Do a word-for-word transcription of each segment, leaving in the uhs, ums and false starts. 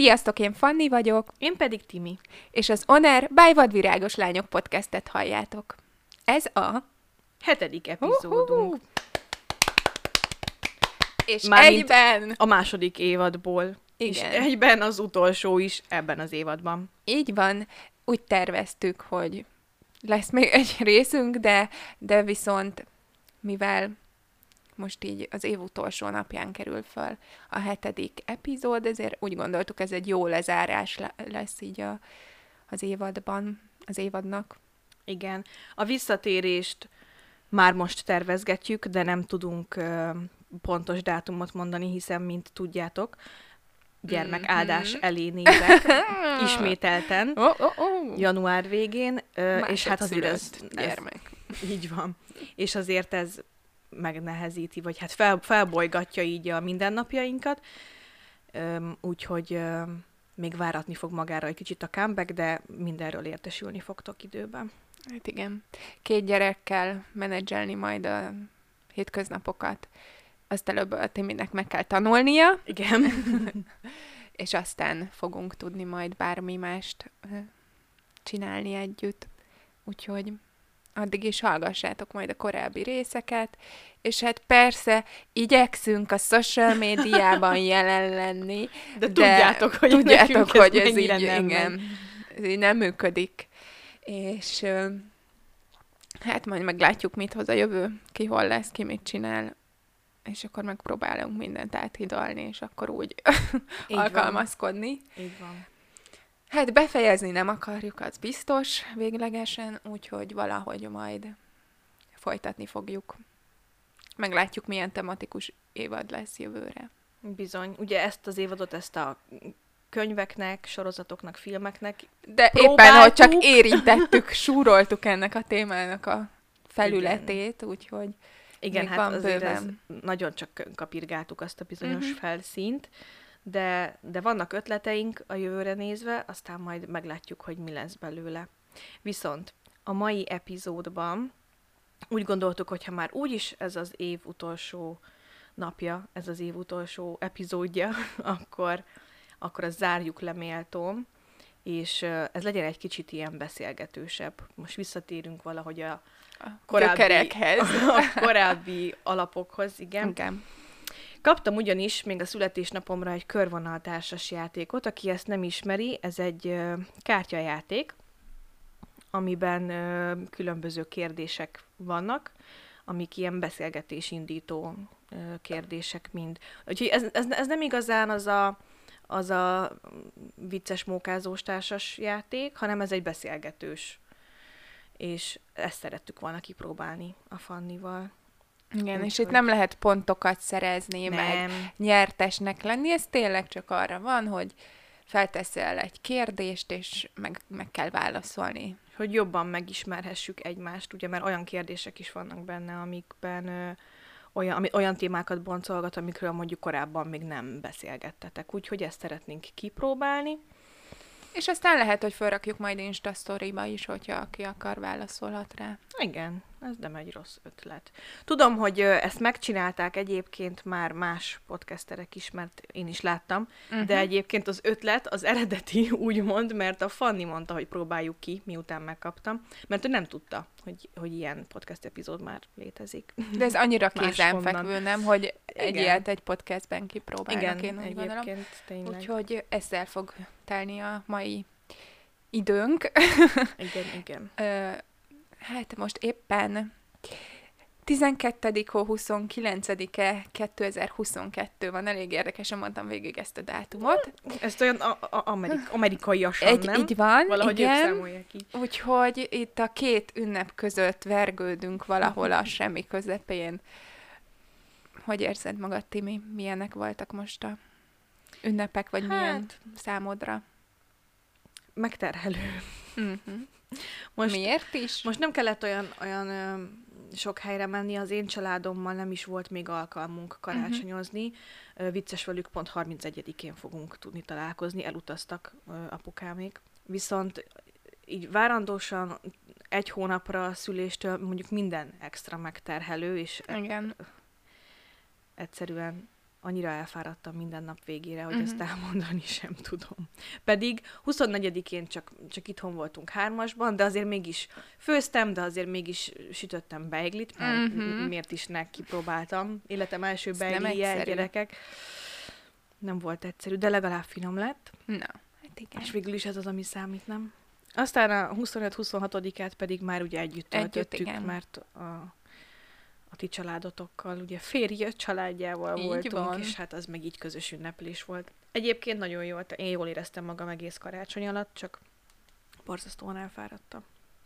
Sziasztok, én Fanni vagyok. Én pedig Timi. És az Honor by Vadvirágos Lányok podcastet halljátok. Ez a... hetedik epizódunk. Uh-huh. És Mármint egyben... a második évadból. Igen. És egyben az utolsó is ebben az évadban. Így van. Úgy terveztük, hogy lesz még egy részünk, de, de viszont mivel most így az év utolsó napján kerül föl a hetedik epizód, ezért úgy gondoltuk, ez egy jó lezárás lesz így a, az évadban, az évadnak. Igen. A visszatérést már most tervezgetjük, de nem tudunk uh, pontos dátumot mondani, hiszen, mint tudjátok, gyermekáldás mm-hmm. elé nézek ismételten, oh, oh, oh. január végén, uh, és hát azért ez, gyermek. ez... Így van. És azért ez megnehezíti, vagy hát fel, felbolygatja így a mindennapjainkat, um, úgyhogy um, még váratni fog magára egy kicsit a comeback, de mindenről értesülni fogtok időben. Hát igen. Két gyerekkel menedzselni majd a hétköznapokat. Azt előbb a Timinek meg kell tanulnia. Igen. És aztán fogunk tudni majd bármi mást csinálni együtt. Úgyhogy addig is hallgassátok majd a korábbi részeket, és hát persze igyekszünk a social médiában jelen lenni. De, de tudjátok, hogy, tudjátok, hogy ez, ez így, nem igen, ez így nem működik. És hát majd meglátjuk, mit hoz a jövő, ki hol lesz, ki mit csinál, és akkor megpróbálunk mindent áthidalni, és akkor úgy alkalmazkodni. Van. Így van. Hát befejezni nem akarjuk, az biztos véglegesen, úgyhogy valahogy majd folytatni fogjuk. Meglátjuk, milyen tematikus évad lesz jövőre. Bizony. Ugye ezt az évadot, ezt a könyveknek, sorozatoknak, filmeknek de próbáltuk. Éppen, hogy csak érintettük, súroltuk ennek a témának a felületét, igen. Úgyhogy igen, még hát van azért bőven. Nagyon csak kapirgáltuk azt a bizonyos uh-huh. felszínt, de, de vannak ötleteink a jövőre nézve, aztán majd meglátjuk, hogy mi lesz belőle. Viszont a mai epizódban úgy gondoltuk, hogy ha már úgyis ez az év utolsó napja, ez az év utolsó epizódja, akkor, akkor azt zárjuk le méltón, és ez legyen egy kicsit ilyen beszélgetősebb. Most visszatérünk valahogy a, a korábbi, a korábbi alapokhoz, igen. igen. Kaptam ugyanis még a születésnapomra egy körvonaltársas játékot, aki ezt nem ismeri, ez egy ö, kártyajáték, amiben ö, különböző kérdések vannak, amik ilyen beszélgetésindító ö, kérdések mind. Úgyhogy ez, ez, ez nem igazán az a, az a vicces mókázós társas játék, hanem ez egy beszélgetős. És ezt szerettük volna kipróbálni a Fannival. Igen, úgy, és hogy... itt nem lehet pontokat szerezni, nem. meg nyertesnek lenni, ez tényleg csak arra van, hogy felteszel egy kérdést, és meg, meg kell válaszolni. Hogy jobban megismerhessük egymást, ugye, mert olyan kérdések is vannak benne, amikben ö, olyan, ami, olyan témákat boncolgat, amikről mondjuk korábban még nem beszélgettetek. Úgyhogy ezt szeretnénk kipróbálni. És aztán lehet, hogy felrakjuk majd Insta Storyba is, hogyha aki akar, válaszolhat rá. Igen, ez nem egy rossz ötlet. Tudom, hogy ezt megcsinálták egyébként már más podcasterek is, mert én is láttam, uh-huh. de egyébként az ötlet az eredeti úgymond, mert a Fanni mondta, hogy próbáljuk ki, miután megkaptam, mert ő nem tudta, hogy, hogy ilyen podcast epizód már létezik. De ez annyira kézenfekvő, nem, hogy egy igen. ilyet egy podcastben kipróbálnak, igen, én úgy gondolom. tényleg. Úgyhogy ezzel fog telni a mai időnk. Igen, igen. Hát most éppen tizenkettő hó huszonkilencedike kétezer-huszonkettő van, elég érdekesen mondtam végig ezt a dátumot. Ezt olyan a- a- amerik- amerikaiasan, egy, nem? Így van, valahogy igen. ők számolják így. Úgyhogy itt a két ünnep között vergődünk valahol a semmi közepén. Hogy érzed magad, Timi? Milyenek voltak most a ünnepek, vagy hát, milyen számodra? Megterhelő. Uh-huh. Most, Miért is? Most nem kellett olyan, olyan ö, sok helyre menni, az én családommal nem is volt még alkalmunk karácsonyozni. Uh-huh. Vicces velük, pont harmincegyedikén fogunk tudni találkozni, elutaztak ö, apukámék. Viszont így várandósan egy hónapra a szüléstől mondjuk minden extra megterhelő, és igen. egyszerűen annyira elfáradtam minden nap végére, hogy Uh-huh. ezt elmondani sem tudom. Pedig huszonnegyedikén csak, csak itthon voltunk hármasban, de azért mégis főztem, de azért mégis sütöttem beiglit, mert Uh-huh. miért is ne kipróbáltam. Életem első Ez nem beiglije, egyszerű. gyerekek. Nem volt egyszerű, de legalább finom lett. Na, hát igen. És végül is ez az, ami számít, nem? Aztán a huszonöt-huszonhatodikát pedig már ugye együtt Együtt, töltöttük, igen. mert a, a ti családotokkal, ugye férje családjával Így voltunk, van. és hát az meg így közös ünneplés volt. Egyébként nagyon jól, én jól éreztem magam egész karácsony alatt, csak borzasztóan elfáradtam.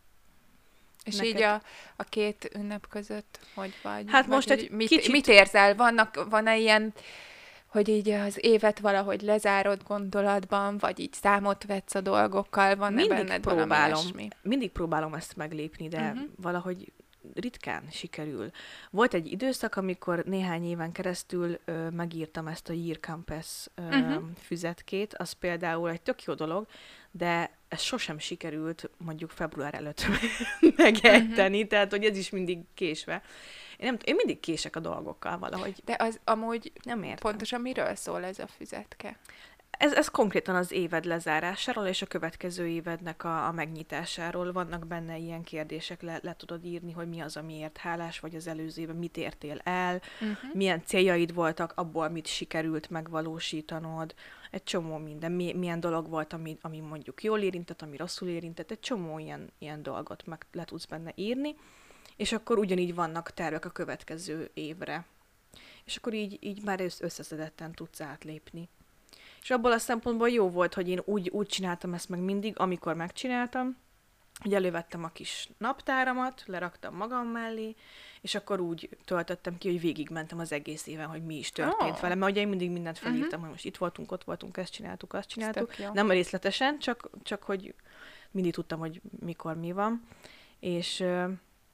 És Neked? így a, a két ünnep között hogy vagy? Hát vagy most hogy egy mit, kicsit- mit érzel? Vannak, van-e ilyen, hogy így az évet valahogy lezárod gondolatban, vagy így számot vetsz a dolgokkal? Van-e Mindig benned valami próbálom. ilyesmi? Mindig próbálom ezt meglépni, de Mhm. uh-huh. valahogy ritkán sikerül. Volt egy időszak, amikor néhány éven keresztül ö, megírtam ezt a Year Compass ö, Mhm. uh-huh. füzetkét, az például egy tök jó dolog, de ez sosem sikerült mondjuk február előtt megejteni, uh-huh. tehát hogy ez is mindig késve. Én, nem, én mindig kések a dolgokkal valahogy. De az amúgy Nem értem. pontosan miről szól ez a füzetke? Ez, ez konkrétan az éved lezárásáról és a következő évednek a, a megnyitásáról. Vannak benne ilyen kérdések, le, le tudod írni, hogy mi az, amiért hálás vagy az előző évben, mit értél el, Uh-huh. milyen céljaid voltak, abból mit sikerült megvalósítanod, egy csomó minden, mi, milyen dolog volt, ami, ami mondjuk jól érintett, ami rosszul érintett, egy csomó ilyen, ilyen dolgot meg le tudsz benne írni, és akkor ugyanígy vannak tervek a következő évre. És akkor így, így már összeszedetten tudsz átlépni. És abból a szempontból jó volt, hogy én úgy, úgy csináltam ezt meg mindig, amikor megcsináltam, hogy elővettem a kis naptáramat, leraktam magam mellé, és akkor úgy töltöttem ki, hogy végigmentem az egész éven, hogy mi is történt Oh. vele, mert ugye én mindig mindent felírtam, Mhm. hogy most itt voltunk, ott voltunk, ezt csináltuk, azt Ez csináltuk. tök jó. Nem részletesen, csak, csak hogy mindig tudtam, hogy mikor mi van. És, ö,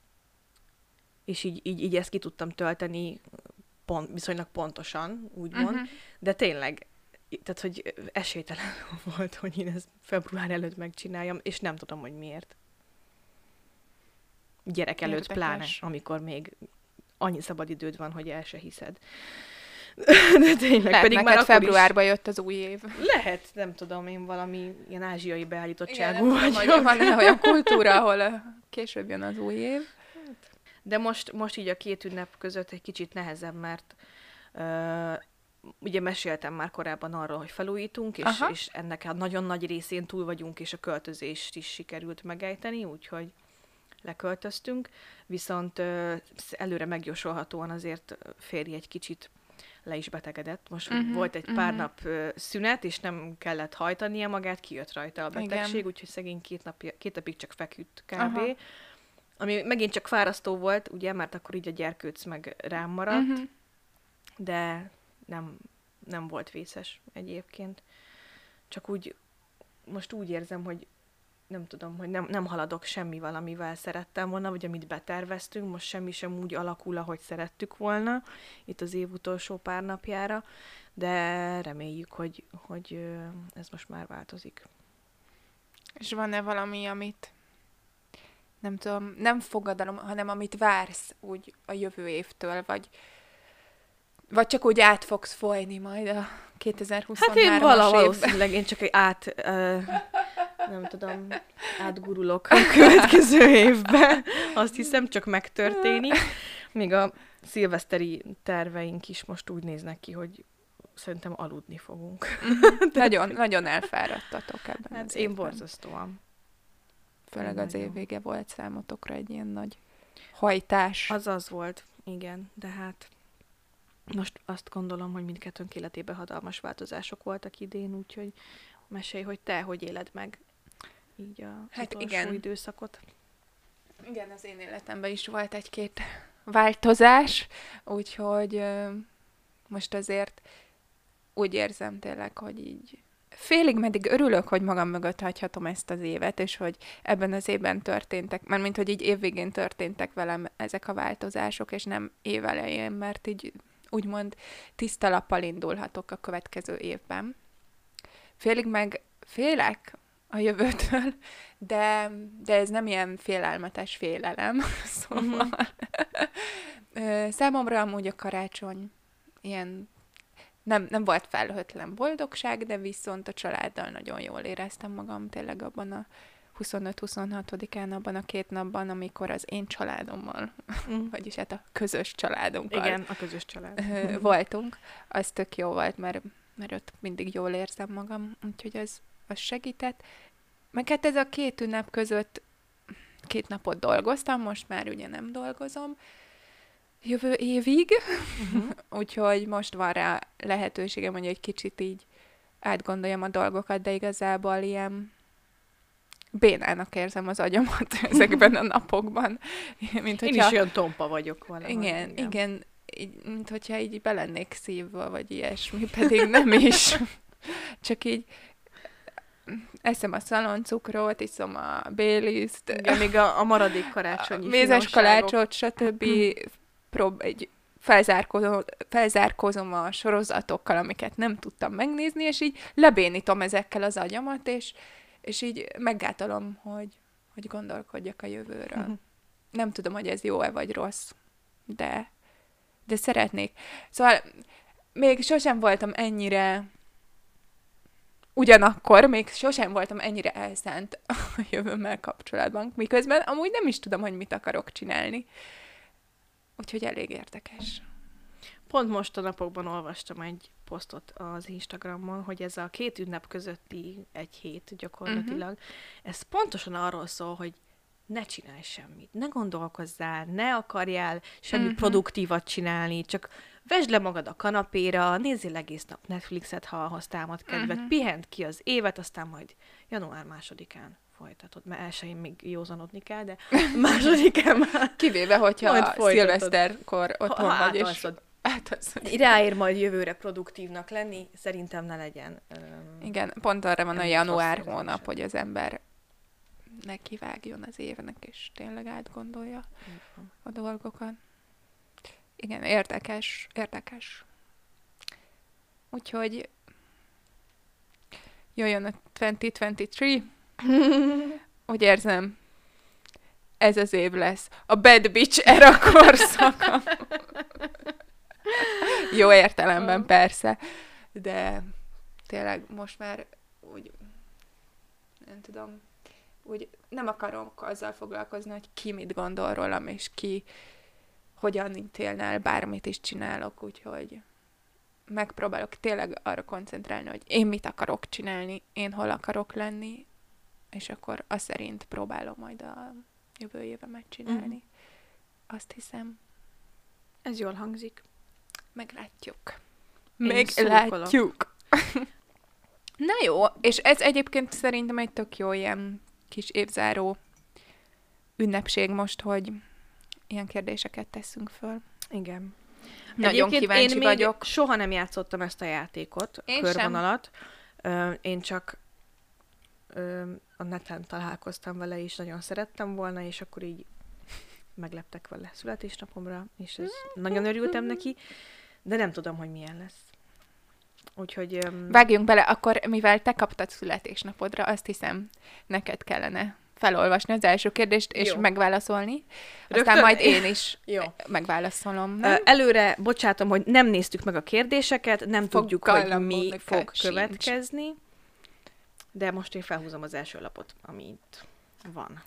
és így, így, így ezt ki tudtam tölteni pont, viszonylag pontosan, úgymond. Uh-huh. De tényleg, tehát, hogy esélytelen volt, hogy én ezt február előtt megcsináljam, és nem tudom, hogy miért. Gyerek előtt Érdekes. pláne, amikor még annyi szabad időd van, hogy el se hiszed. De tényleg, Lehet, pedig neked már akkor februárban jött az új év. is lehet, nem tudom, én valami ilyen ázsiai beállítottságú Igen, nem tudom, vagyok. hogy van olyan kultúra, ahol ö, később jön az új év. De most, most így a két ünnep között egy kicsit nehezebb, mert uh, ugye meséltem már korábban arról, hogy felújítunk, és, Aha. és ennek a nagyon nagy részén túl vagyunk, és a költözést is sikerült megejteni, úgyhogy leköltöztünk, viszont uh, előre megjósolhatóan azért férj egy kicsit le is betegedett. Most Mhm, uh-huh, volt egy pár mhm. nap uh, szünet, és nem kellett hajtania magát, kijött rajta a betegség, Igen. úgyhogy szegény két, napja, két napig csak feküdt kb. Aha. Ami megint csak fárasztó volt, ugye, mert akkor így a gyerkőc meg rám maradt, Uh-huh. de nem, nem volt vészes egyébként. Csak úgy, most úgy érzem, hogy nem tudom, hogy nem, nem haladok semmi valamivel szerettem volna, vagy amit beterveztünk, most semmi sem úgy alakul, ahogy szerettük volna, itt az év utolsó pár napjára, de reméljük, hogy, hogy ö, ez most már változik. És van-e valami, amit nem tudom, nem fogadalom, hanem amit vársz úgy a jövő évtől, vagy, vagy csak úgy át fogsz folyni majd a kétezer-huszonhárom-as Hát én vala, évben. valószínűleg én csak egy át, ö, nem tudom, átgurulok a következő évbe. Azt hiszem, csak megtörténik. Még a szilveszteri terveink is most úgy néznek ki, hogy szerintem aludni fogunk. Nagyon, nagyon elfáradtatok ebben Hát az én évben. borzasztóan. Főleg az Nagyon. év vége volt számotokra egy ilyen nagy hajtás. Az az volt, igen, de hát most azt gondolom, hogy mindkettőnk életében hatalmas változások voltak idén, úgyhogy mesélj, hogy te hogy éled meg így a Hát utolsó igen. időszakot. Igen, az én életemben is volt egy-két változás, úgyhogy ö, most azért úgy érzem tényleg, hogy így félig meddig örülök, hogy magam mögött hagyhatom ezt az évet, és hogy ebben az évben történtek, mert mint hogy így évvégén történtek velem ezek a változások, és nem évelején, mert így úgymond tiszta lappal indulhatok a következő évben. Félig meg félek a jövőtől, de, de ez nem ilyen félelmetes félelem, szóval Mhm. Ö, számomra amúgy a karácsony ilyen nem, nem volt felhőtlen boldogság, de viszont a családdal nagyon jól éreztem magam tényleg abban a huszonöt-huszonhatodikán, abban a két napban, amikor az én családommal, mm. vagyis hát a közös családunkkal Igen, a közös család. voltunk. Az tök jó volt, mert, mert ott mindig jól érzem magam, úgyhogy az, az segített. Meg hát ez a két ünnep között két napot dolgoztam, most már ugye nem dolgozom jövő évig, uh-huh. úgyhogy most van rá lehetőségem, hogy egy kicsit így átgondoljam a dolgokat, de igazából ilyen bénának érzem az agyamat ezekben a napokban. Mint, Én hogyha... is olyan tompa vagyok valahol. Igen, igen, igen így, mint hogyha így belennék szívva, vagy ilyesmi, pedig nem is. Csak így eszem a szaloncukrot, iszom a Baileys-t. Igen, még a, a maradék karácsonyi a mézes kalácsot, stb. Prób- egy felzárkozom, felzárkozom a sorozatokkal, amiket nem tudtam megnézni, és így lebénítom ezekkel az agyamat, és, és így meggátolom, hogy, hogy gondolkodjak a jövőről. Uh-huh. Nem tudom, hogy ez jó-e vagy rossz, de, de szeretnék. Szóval még sosem voltam ennyire Ugyanakkor még sosem voltam ennyire elszánt a jövőmmel kapcsolatban, miközben amúgy nem is tudom, hogy mit akarok csinálni. Úgyhogy elég érdekes. Pont most a napokban olvastam egy posztot az Instagramon, hogy ez a két ünnep közötti egy hét gyakorlatilag, uh-huh. ez pontosan arról szól, hogy ne csinálj semmit, ne gondolkozzál, ne akarjál semmi uh-huh. produktívat csinálni, csak vesd le magad a kanapéra, nézzél egész nap Netflixet, ha ahhoz támad kedved, uh-huh. pihent ki az évet, aztán majd január másodikán folytatod, mert elsőjén még józanodni kell, de másodikán már kivéve, hogyha szilveszterkor otthon ha, vagy, és átalszod. Ráér majd jövőre produktívnak lenni, szerintem ne legyen. Um, Igen, pont arra van a január hónap, hogy az ember nekivágjon az évnek, és tényleg átgondolja Igen. a dolgokat. Igen, érdekes, érdekes. Úgyhogy jöjjön a kétezer-huszonhárom. Úgy érzem, ez az év lesz. A Bad Bitch era korszaka. Jó értelemben persze, de tényleg most már úgy, nem tudom, úgy nem akarok azzal foglalkozni, hogy ki mit gondol rólam, és ki hogyan ítélne, bármit is csinálok, úgyhogy megpróbálok tényleg arra koncentrálni, hogy én mit akarok csinálni, én hol akarok lenni, és akkor azt szerint próbálom majd a jövő évemet csinálni. Uh-huh. Azt hiszem. Ez jól hangzik. Meglátjuk. Meglátjuk. Na jó, és ez egyébként szerintem egy tök jó ilyen kis évzáró ünnepség most, hogy ilyen kérdéseket teszünk föl. Igen. Nagyon Egyébként kíváncsi én vagyok. Még soha nem játszottam ezt a játékot, én körvonalat. Sem. Én csak a neten találkoztam vele, és nagyon szerettem volna, és akkor így megleptek vele születésnapomra, és ez nagyon örültem neki, de nem tudom, hogy milyen lesz. Úgyhogy... Um... Vágjunk bele, akkor mivel te kaptad születésnapodra, azt hiszem, neked kellene felolvasni az első kérdést, és Jó. megválaszolni. Rögtön? Aztán majd én is Jó. megválaszolom. Nem? Előre bocsátom, hogy nem néztük meg a kérdéseket, nem Fog tudjuk, hogy mi fog sincs. következni, de most én felhúzom az első lapot, ami itt van.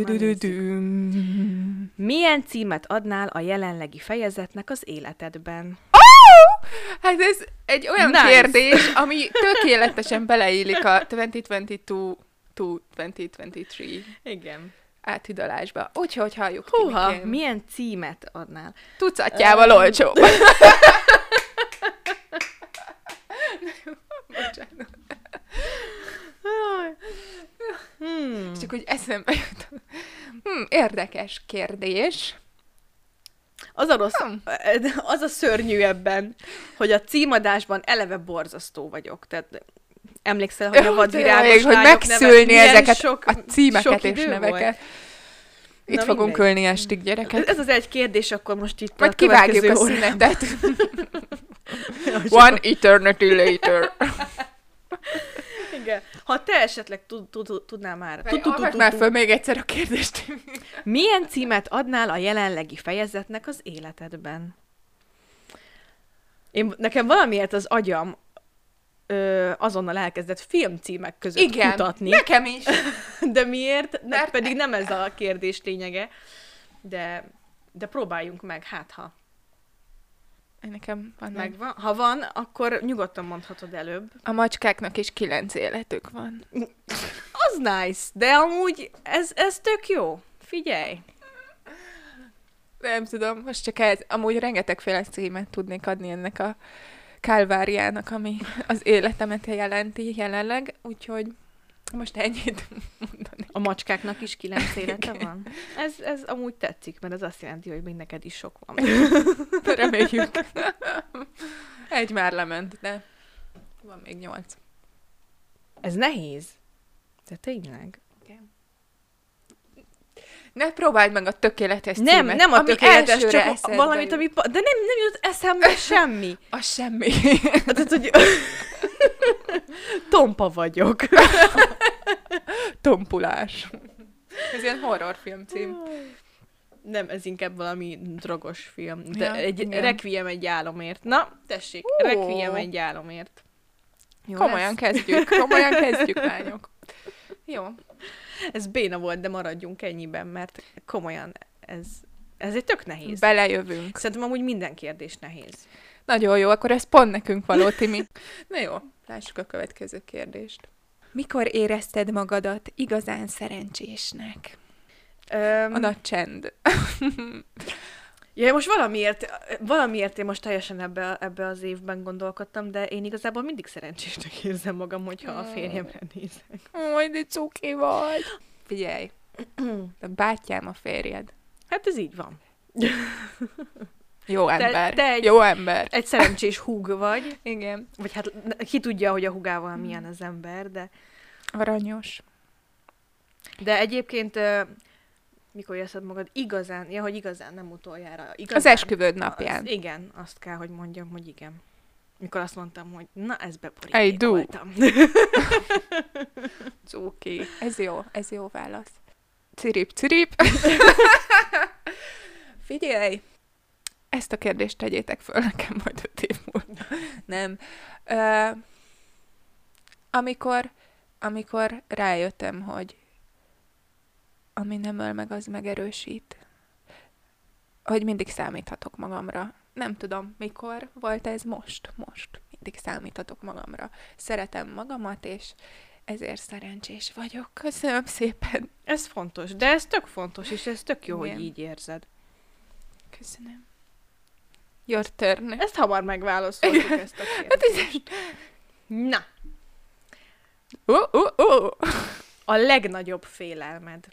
Milyen címet adnál a jelenlegi fejezetnek az életedben? Oh! Hát ez egy olyan nice. kérdés, ami tökéletesen beleillik a kétezer-huszonkettő to kétezer-huszonhárom Igen. áthidalásba. Úgyhogy halljuk. Húha, Timikén. Milyen címet adnál? Tucatjával um... olcsóbb. Bocsánat. Hmm. Csak úgy eszembe jut. Hmm, érdekes kérdés. Az a rossz, hmm. az a szörnyű ebben, hogy a címadásban eleve borzasztó vagyok. Tehát emlékszel, hogy a vadvirágos hogy megszülni ezeket sok, a címeket és neveket. Volt. Itt Na fogunk mindegy. ülni estig, gyerekek. Ez az egy kérdés, akkor most itt Majd a kivágjuk a szünetet. One eternity later. Igen. Ha te esetleg tudnál már... Olvasd már föl még egyszer a kérdést. Milyen címet adnál a jelenlegi fejezetnek az életedben? Én, nekem valamiért az agyam ö, azonnal elkezdett filmcímek között Igen, kutatni. nekem is. De miért? Mert- Pedig nem ez a kérdés lényege. De, de próbáljunk meg, hát ha Nekem van. megvan. Ha van, akkor nyugodtan mondhatod előbb. A macskáknak is kilenc életük van. Az nice, de amúgy ez, ez tök jó. Figyelj! Nem tudom, most csak ez. Amúgy rengetegféle címet tudnék adni ennek a kálváriának, ami az életemet jelenti jelenleg, úgyhogy most ennyit mondani. A macskáknak is kilenc élete van? Ez, ez amúgy tetszik, mert ez azt jelenti, hogy még neked is sok van. Reméljük. Egy már lement, de van még nyolc. Ez nehéz. De tényleg. Ne próbáld meg a tökéletes Nem, címet, nem a ami tökéletes, elsőre csak eszedbe valamit, jut. ami... Pa- de nem, nem jut eszembe semmi. Az semmi. Tehát, hogy... Tompa vagyok. Tompulás. Ez ilyen horrorfilm cím. Nem, ez inkább valami drogos film. De Ja, egy igen. Requiem egy álomért. Na, tessék, Ó. Requiem egy álomért. Jó Komolyan lesz? kezdjük, komolyan kezdjük, lányok. Jó. Ez béna volt, de maradjunk ennyiben, mert komolyan ez, ez egy tök nehéz. Belejövünk. Szerintem amúgy minden kérdés nehéz. Nagyon jó, akkor ez pont nekünk való, Timi. Na jó, lássuk a következő kérdést. Mikor érezted magadat igazán szerencsésnek? Öm, A nagy csend. ja, most valamiért, valamiért én most teljesen ebbe, ebbe az évben gondolkodtam, de én igazából mindig szerencsésnek érzem magam, hogyha a férjemre nézek. Ó, de cuki vagy. Figyelj, a bátyám a férjed. Hát ez így van. Jó ember. te egy- Jó ember. Egy szerencsés húg vagy, Igen. vagy hát ki tudja, hogy a hugával milyen az ember, de, Aranyos. de egyébként ö, mikor érzed magad igazán, ja, hogy igazán, nem utoljára. Igazán, Az esküvőd napján. Az, igen, azt kell, hogy mondjam, hogy igen. Mikor azt mondtam, hogy na, ez I do. beporítékoltam. Cuki. Ez jó, ez jó válasz. Cirip, cirip. Figyelj! Ezt a kérdést tegyétek föl nekem majd öt év múlva. Nem. Ö, amikor, amikor rájöttem, hogy ami nem öl meg, az megerősít. Hogy mindig számíthatok magamra. Nem tudom, mikor volt ez most. Most. Mindig számíthatok magamra. Szeretem magamat, és ezért szerencsés vagyok. Köszönöm szépen. Ez fontos, de ez tök fontos, és ez tök jó, Igen. hogy így érzed. Köszönöm. Your turn. Ezt hamar megválaszoltuk, ezt a Hát kérdést. ez... Na, Uh, uh, uh. a legnagyobb félelmed.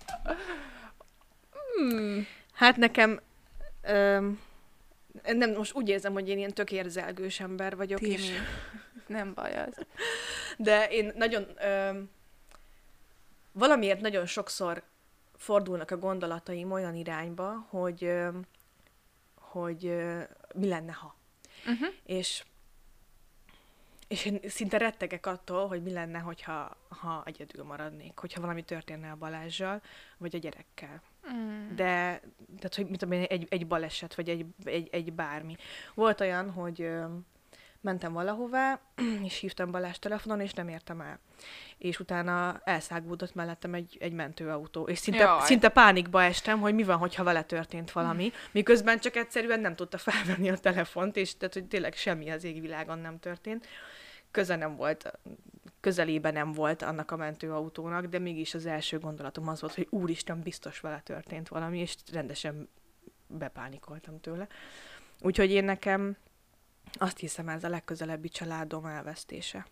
Hmm. Hát nekem... Öm, nem, most úgy érzem, hogy én ilyen tök érzelgős ember vagyok, Timi. és, Nem baj az. de én nagyon... Öm, valamiért nagyon sokszor fordulnak a gondolataim olyan irányba, hogy, öm, hogy ö, mi lenne, ha. Uh-huh. És, és én szinte rettegek attól, hogy mi lenne, hogyha ha egyedül maradnék, hogyha valami történne a Balázssal, vagy a gyerekkel. Mm. De, tehát, hogy mit tudom én, egy, egy baleset, vagy egy, egy, egy bármi. Volt olyan, hogy ö, mentem valahová, és hívtam Balázs telefonon, és nem értem el. És utána elszágúdott mellettem egy, egy mentőautó. És szinte, Jaj. szinte pánikba estem, hogy mi van, hogyha vele történt valami. Miközben csak egyszerűen nem tudta felvenni a telefont, és tehát, hogy tényleg semmi az égvilágon nem történt. Köze nem volt, közelében nem volt annak a mentőautónak, de mégis az első gondolatom az volt, hogy úristen, biztos vele történt valami, és rendesen bepánikoltam tőle. Úgyhogy én nekem azt hiszem, ez a legközelebbi családom elvesztése.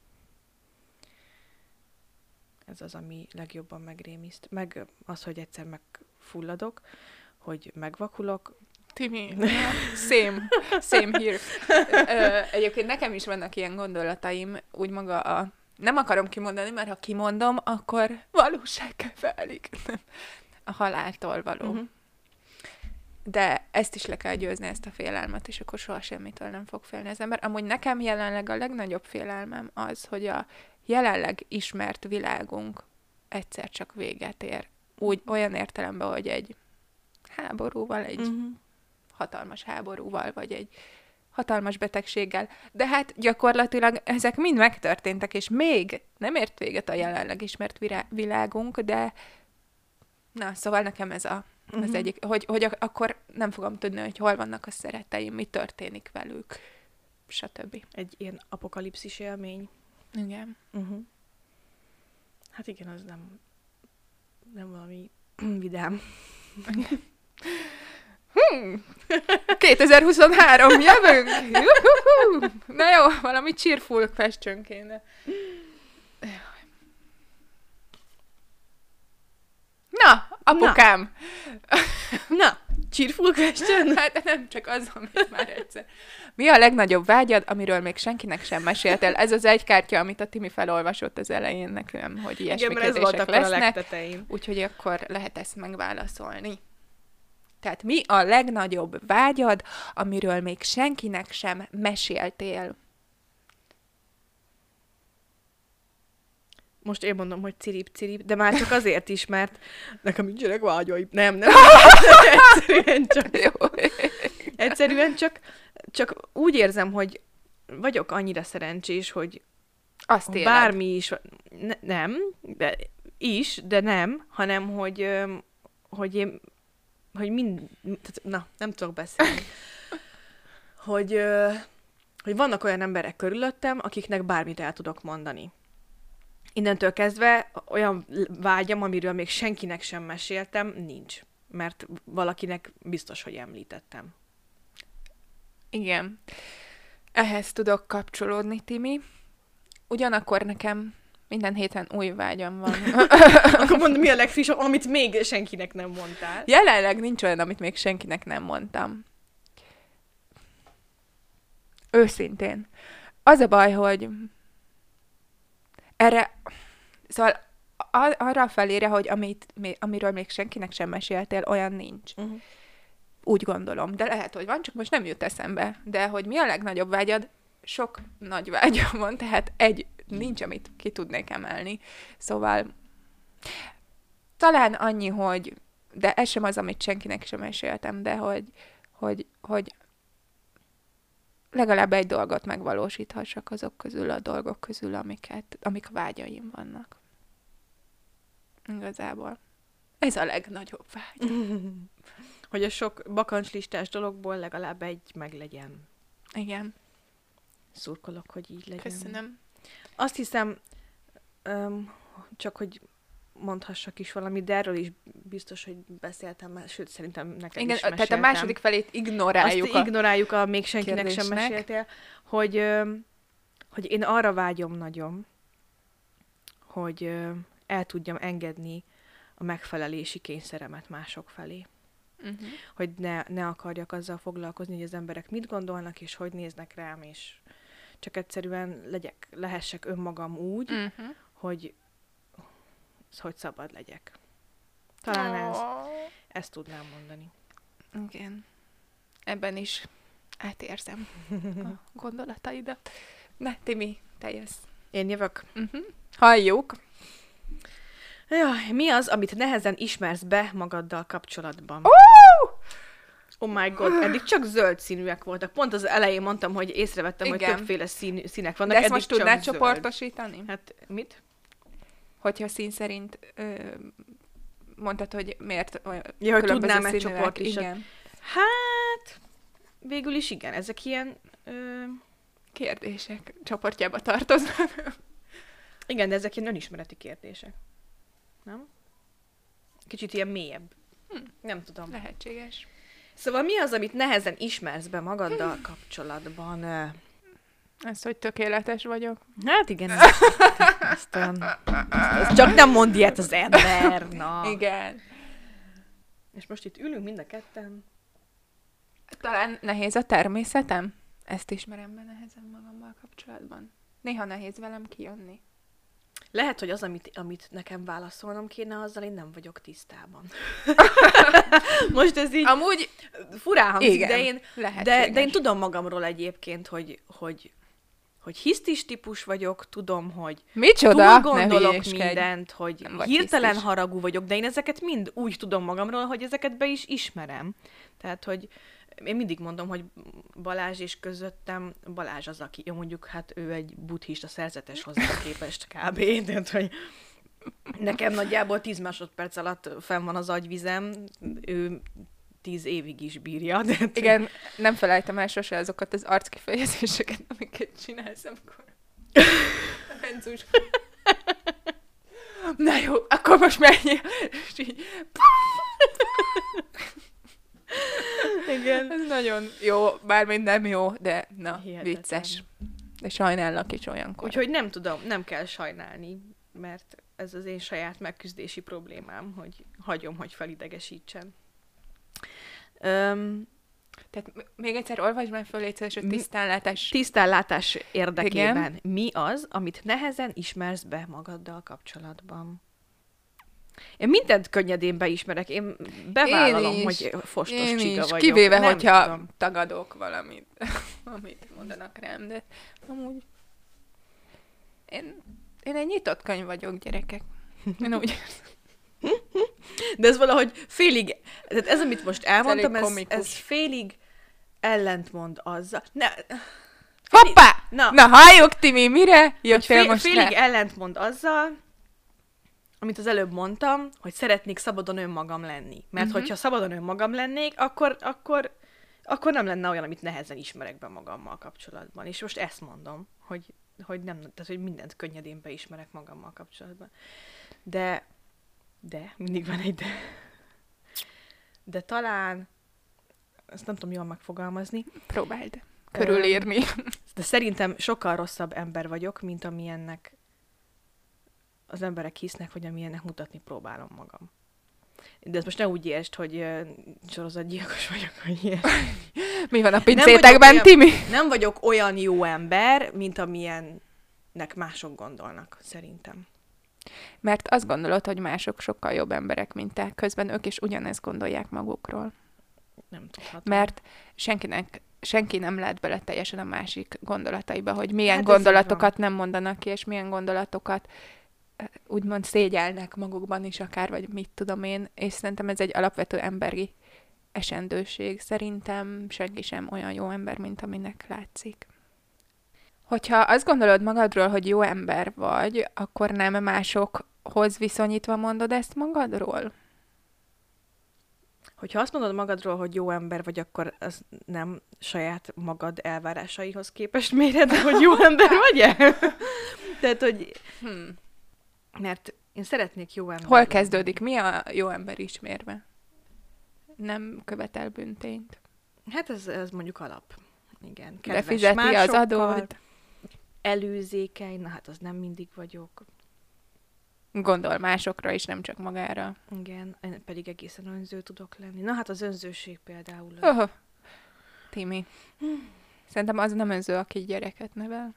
Ez az, ami legjobban megrémiszt. Meg az, hogy egyszer megfulladok, hogy megvakulok. Timi, same, same here. Ö, egyébként nekem is vannak ilyen gondolataim, úgy maga a... Nem akarom kimondani, mert ha kimondom, akkor valósággá válik. A haláltól való. Uh-huh. De ezt is le kell győzni, ezt a félelmet, és akkor soha semmitől nem fog félni az ember. Amúgy nekem jelenleg a legnagyobb félelmem az, hogy a jelenleg ismert világunk egyszer csak véget ér. Úgy olyan értelemben, hogy egy háborúval, egy Uh-huh. hatalmas háborúval, vagy egy hatalmas betegséggel. De hát gyakorlatilag ezek mind megtörténtek, és még nem ért véget a jelenleg ismert virá- világunk, de na, szóval nekem ez a, az Uh-huh. egyik, hogy, hogy ak- akkor nem fogom tudni, hogy hol vannak a szereteim, mi történik velük, stb. Egy ilyen apokalipszis élmény. Igen. Uh-huh. Hát igen, az nem, nem valami vidám. Hmm. kétezer-huszonhárom, jövünk! Juhuhu! Na jó, valami cheerful question kéne. Na, apukám! Na, cheerful question? Hát nem csak az, amit már egyszer. Mi a legnagyobb vágyad, amiről még senkinek sem meséltél? Ez az egy kártya, amit a Timi felolvasott az elején nekem, hogy ilyesmi Igen, mert ez volt kérdések akkor a lesznek. legtetején. Úgyhogy akkor lehet ezt megválaszolni. Tehát mi a legnagyobb vágyad, amiről még senkinek sem meséltél? Most én mondom, hogy cirip-cirip, de már csak azért is, mert nekem nincsenek vágyaim. Nem, nem. Egyszerűen csak, Jó. egyszerűen csak, csak úgy érzem, hogy vagyok annyira szerencsés, hogy Azt éled. bármi is, ne, nem, de is, de nem, hanem, hogy, öm, hogy én, hogy mind, tehát, na, nem tudok beszélni. hogy, ö, hogy vannak olyan emberek körülöttem, akiknek bármit el tudok mondani. Innentől kezdve olyan vágyam, amiről még senkinek sem meséltem, nincs. Mert valakinek biztos, hogy említettem. Igen. Ehhez tudok kapcsolódni, Timi. Ugyanakkor nekem minden héten új vágyam van. Akkor mondom, mi a legfrissebb, amit még senkinek nem mondtál. Jelenleg nincs olyan, amit még senkinek nem mondtam. Őszintén. Az a baj, hogy erre, szóval a- arra a felére, hogy amit, amiről még senkinek sem meséltél, olyan nincs. Uh-huh. Úgy gondolom. De lehet, hogy van, csak most nem jut eszembe. De hogy mi a legnagyobb vágyad? Sok nagy vágyam van, tehát egy nincs, amit ki tudnék emelni. Szóval talán annyi, hogy de ez sem az, amit senkinek sem meséltem, de hogy, hogy, hogy legalább egy dolgot megvalósíthassak azok közül a dolgok közül, amiket, amik vágyaim vannak. Igazából. Ez a legnagyobb vágy. Hogy a sok bakancslistás dologból legalább egy meglegyen. Igen. Szurkolok, hogy így legyen. Köszönöm. Azt hiszem, öm, csak hogy mondhassak is valamit, de erről is biztos, hogy beszéltem már, sőt, szerintem neked Igen, is tehát meséltem. a második felét ignoráljuk. Azt a... ignoráljuk, a még senkinek sem kérdésnek. meséltél, hogy, öm, hogy én arra vágyom nagyon, hogy öm, el tudjam engedni a megfelelési kényszeremet mások felé. Uh-huh. Hogy ne, ne akarjak azzal foglalkozni, hogy az emberek mit gondolnak, és hogy néznek rám, és csak egyszerűen legyek, lehessek önmagam úgy, Uh-huh. hogy, hogy szabad legyek. Talán ez, ezt tudnám mondani. Igen. Ebben is átérzem a gondolataidat. Na, Timi, te jössz. Én jövök. Uh-huh. Halljuk. Jaj, mi az, amit nehezen ismersz be magaddal kapcsolatban? Uh! Oh my god, eddig csak zöld színűek voltak. Pont az elején mondtam, hogy észrevettem, Igen. hogy többféle szín, színek vannak. De ezt eddig most tudnád csak zöld. csoportosítani? Hát mit? Hogyha szín szerint ö, mondtad, hogy miért olyan Ja, hogy különböző tudnám egy színűek. csoport is. Igen. Hát, végül is igen. Ezek ilyen... Ö, Kérdések csoportjába tartoznak. igen, de ezek ilyen önismereti kérdések. Nem? Kicsit ilyen mélyebb. Hm. Nem tudom. Lehetséges. Szóval mi az, amit nehezen ismersz be magaddal kapcsolatban? Ö, Ez, hogy tökéletes vagyok. Hát igen, ezt, ezt, olyan, ezt, ezt csak nem mond ilyet az ember, na. Igen. És most itt ülünk mind a ketten. Talán nehéz a természetem? Ezt ismerem be nehezen magammal kapcsolatban. Néha nehéz velem kijönni. Lehet, hogy az, amit, amit nekem válaszolnom kéne, azzal én nem vagyok tisztában. Most ez így Amúgy furán hangzik, igen, de én, lehetséges. de, de én tudom magamról egyébként, hogy, hogy, hogy hisztis típus vagyok, tudom, hogy Micsoda? túl Ne gondolok hülyéskedj. mindent, hogy Nem vagy hirtelen hisztis. haragú vagyok, de én ezeket mind úgy tudom magamról, hogy ezeket be is ismerem. Tehát, hogy én mindig mondom, hogy Balázs és közöttem, Balázs az, aki, jó, mondjuk, hát ő egy buddhista szerzetes hozzá képest kb. Tehát, hogy nekem nagyjából tíz másodperc alatt fenn van az agyvizem, ő tíz évig is bírja. De... Igen, nem felejtem el sose azokat az arckifejezéseket, amiket csinálsz, amikor a benzus. Na jó, akkor most menjél. És így... Igen. Ez nagyon jó, bármint nem jó, de na, Hihetetlen. vicces. De sajnállak is olyankor. Úgyhogy nem tudom, nem kell sajnálni, mert ez az én saját megküzdési problémám, hogy hagyom, hogy felidegesítsen. Öm, Tehát még egyszer olvasd már föl, légy szíves, a tisztánlátás... tisztánlátás érdekében Igen. mi az, amit nehezen ismersz be magaddal kapcsolatban? Én mindent könnyedén beismerek. Én bevállalom, Én is. hogy fostos Én csiga is, vagyok. kivéve, Nem hogyha tudom. tagadok valamit, amit mondanak rám, de amúgy én, én egy nyitott könyv vagyok, gyerekek. Én úgy De ez valahogy félig, tehát ez, amit most elmondtam, elég ez, komikus. ez félig ellentmond azzal. Ne, hoppá! Na, Na, halljuk, Timi, mire hogy jöttél fél, most félig rá? ellentmond azzal, amit az előbb mondtam, hogy szeretnék szabadon önmagam lenni. Mert Mhm. hogyha szabadon önmagam lennék, akkor, akkor, akkor nem lenne olyan, amit nehezen ismerek be magammal kapcsolatban. És most ezt mondom, hogy, hogy, nem, tehát, hogy mindent könnyedén beismerek magammal kapcsolatban. De, de, mindig van egy de. De talán, ezt nem tudom jól megfogalmazni, Próbáld körülírni. de szerintem sokkal rosszabb ember vagyok, mint amilyennek az emberek hisznek, vagy amilyennek mutatni próbálom magam. De ezt most ne úgy értsd, hogy uh, sorozatgyilkos vagyok, vagy ilyen. Mi van a Nem pincétekben, vagyok olyan- Timi? Nem vagyok olyan jó ember, mint amilyennek mások gondolnak, szerintem. Mert azt gondolod, hogy mások sokkal jobb emberek, mint te. Közben ők is ugyanezt gondolják magukról. Nem tudhatom. Mert senkinek, senki nem lát bele teljesen a másik gondolataiba, hogy milyen Hát ez így gondolatokat nem mondanak ki, és milyen gondolatokat eh, úgymond szégyelnek magukban is akár, vagy mit tudom én, és szerintem ez egy alapvető emberi esendőség. Szerintem senki sem olyan jó ember, mint aminek látszik. Hogyha azt gondolod magadról, hogy jó ember vagy, akkor nem másokhoz viszonyítva mondod ezt magadról? Hogyha azt mondod magadról, hogy jó ember vagy, akkor az nem saját magad elvárásaihoz képest méred, hogy jó ember vagy-e? Tehát, hogy... Hmm. Mert én szeretnék jó ember Hol lenni. kezdődik? Mi a jó ember ismérve? Nem követel büntényt. Hát ez, ez mondjuk alap. Igen. Befizeti az másokkal, adót. Előzékeny, na hát az nem mindig vagyok. Gondol másokra is, nem csak magára. Igen, én pedig egészen önző tudok lenni. Na hát az önzőség például. az- Oh, Timi. Szerintem az nem önző, aki gyereket nevel.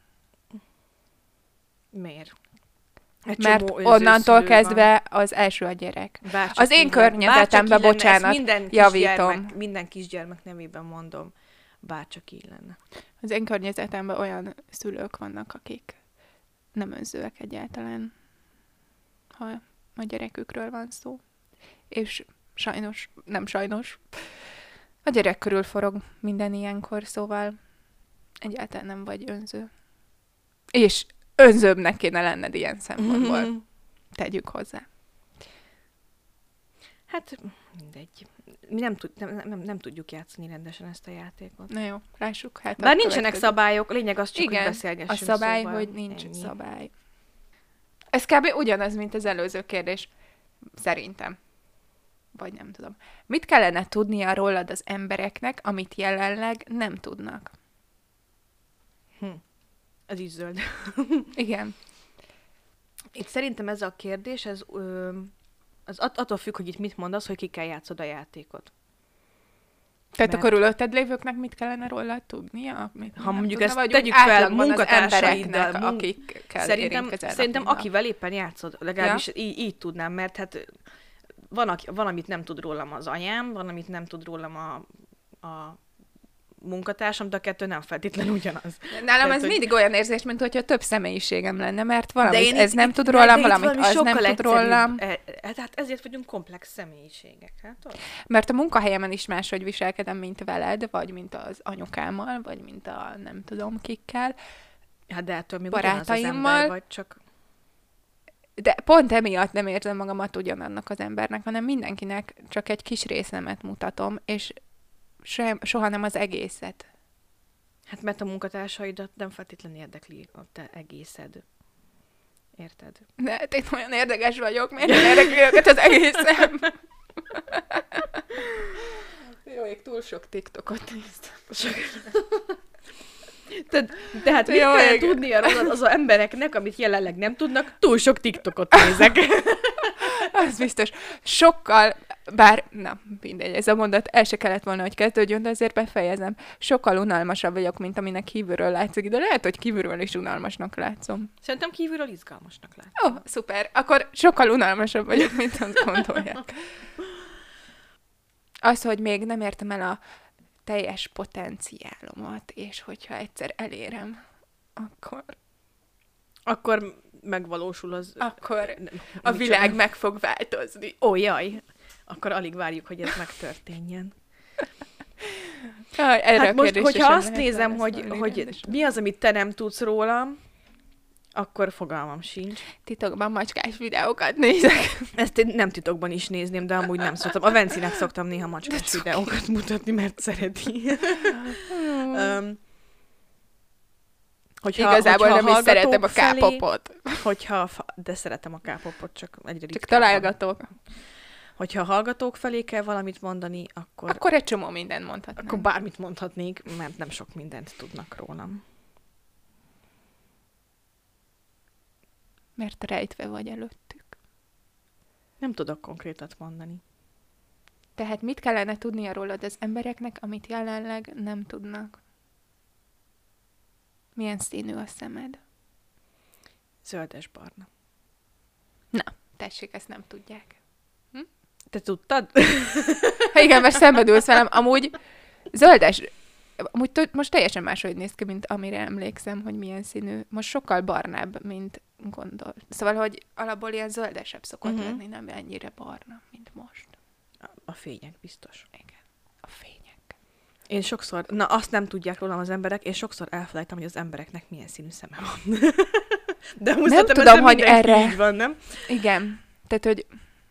Miért? Egy Mert csomó önző onnantól szülő van. kezdve az első a gyerek. Bárcsak az én így lenne. környezetemben, Bárcsak így lenne. bocsánat, Ezt minden javítom. Kisgyermek, minden kisgyermek nevében mondom. Bárcsak így lenne. Az én környezetemben olyan szülők vannak, akik nem önzőek egyáltalán, ha a gyerekükről van szó. És sajnos, nem sajnos, a gyerek körül forog minden ilyenkor, szóval egyáltalán nem vagy önző. És önzőbbnek kéne lenned ilyen szempontból. Tegyük hozzá. Hát mindegy. Mi nem, tud, nem, nem, nem tudjuk játszani rendesen ezt a játékot. Na jó, lássuk hát. Bár a nincsenek következő. szabályok, a lényeg az csak, Igen, hogy beszélgessünk. a szabály, szóval hogy nincs ennyi. szabály. Ez kb. Ugyanaz, mint az előző kérdés. Szerintem. Vagy nem tudom. Mit kellene tudnia rólad az embereknek, amit jelenleg nem tudnak? Hm. Ez is zöld. Igen. Itt szerintem ez a kérdés, ez ö, az att- attól függ, hogy itt mit mondasz, hogy ki kell játszod a játékot. Tehát Mert- a körülötted lévőknek mit kellene rólad tudnia? Mit Ha nem mondjuk tudna, ezt vagy úgy tegyük fel átlagban az munkatársaiddal, embereknek, mun- akikkel Szerintem, érintkezel szerintem nap, mint akivel éppen játszod, legalábbis így, így tudnám, mert hát van, aki, van, amit nem tud rólam az anyám, van, amit nem tud rólam a, a munkatársam, de a kettő nem feltétlenül ugyanaz. Nálam Tehát, ez hogy- mindig olyan érzés, mint hogyha több személyiségem lenne, mert valamit én ez itt- nem itt- tud de rólam, itt valamit valami az nem sokkal tud rólam. egyszerűbb. E- e- Hát ezért vagyunk komplex személyiségek. Hát, tudod? Mert a munkahelyemen is máshogy viselkedem, mint veled, vagy mint az anyukámmal, vagy mint a nem tudom kikkel. Hát de ettől még ugyanaz az Barátaimmal. ember vagy, csak... De pont emiatt nem érzem magamat ugyanannak az embernek, hanem mindenkinek csak egy kis részemet mutatom, és se, soha nem az egészet. Hát mert a munkatársaidat nem feltétlenül érdekli a te egészed. Érted? De hát én olyan érdekes vagyok, miért nem érdekli őket az egészem? Jó, ég túl sok TikTokot néztem. Te, tehát mit Jó, kell igen. tudnia rólad az embereknek, amit jelenleg nem tudnak? Túl sok TikTokot nézek. Az biztos. Sokkal, bár, na, mindegy, ez a mondat el se kellett volna, hogy kezdődjön, de azért befejezem. Sokkal unalmasabb vagyok, mint aminek kívülről látszik, de lehet, hogy kívülről is unalmasnak látszom. Szerintem kívülről izgalmasnak lát. Ó, oh, szuper. Akkor sokkal unalmasabb vagyok, mint azt gondolják. Az, hogy még nem értem el a teljes potenciálomat, és hogyha egyszer elérem, akkor, Akkor megvalósul az... akkor Nem, a micsoda. világ meg fog változni. Ó, jaj! Akkor alig várjuk, hogy ez megtörténjen. Jaj, erre Hát a most, kérdésre hogyha sem azt lehet nézem, hogy, válaszolni hogy rendesen. mi az, amit te nem tudsz rólam, akkor fogalmam sincs. Titokban macskás videókat nézek. Ezt én nem titokban is nézném, de amúgy nem szoktam. A Vencinek szoktam néha macskás videókat mutatni, mert szereti. um, hogyha, Igazából hogyha nem is szeretem a hallgatók K-popot. Felé, hogyha, fa- de szeretem a K-popot, csak egyre Csak ritkábban. találgatok. Hogyha a hallgatók felé kell valamit mondani, akkor, Akkor egy csomó mindent mondhatnám. akkor bármit mondhatnék, mert nem sok mindent tudnak rólam. Mert rejtve vagy előttük. Nem tudok konkrétat mondani. Tehát mit kellene tudnia rólad az embereknek, amit jelenleg nem tudnak? Milyen színű a szemed? Zöldes-barna. Na, tessék, ezt nem tudják. Te tudtad? Ha igen, mert szembedülsz velem. Amúgy zöldes, amúgy t- most teljesen máshogy néz ki, mint amire emlékszem, hogy milyen színű. Most sokkal barnább, mint gondol. Szóval, hogy alapból ilyen zöldesebb szokott Mhm. uh-huh. lenni, nem ennyire barna, mint most. A, a fények biztos. Igen, a fények. Én sokszor, na azt nem tudják rólam az emberek, én sokszor elfelejtem, hogy az embereknek milyen színű szeme van. De Nem szerintem tudom, ezzel hogy mindenki erre- így van, nem? Igen, tehát, hogy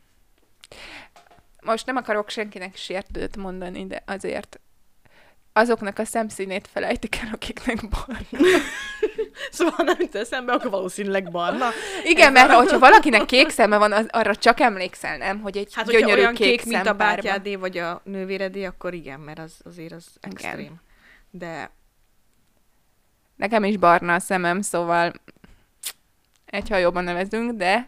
most nem akarok senkinek sértőt mondani, de azért azoknak a szemszínét felejtik el, akiknek barna. Szóval nem jut eszembe, akkor valószínűleg barna. Igen, mert hogyha valakinek kék szeme van, az, arra csak emlékszel, nem? Hogy egy Hát, hogyha gyönyörű olyan kék, kék, mint a szempárban. bátyádé, vagy a nővéredé, akkor igen, mert az azért az Igen. extrém. De Nekem is barna a szemem, szóval egy hajóban nevezünk, de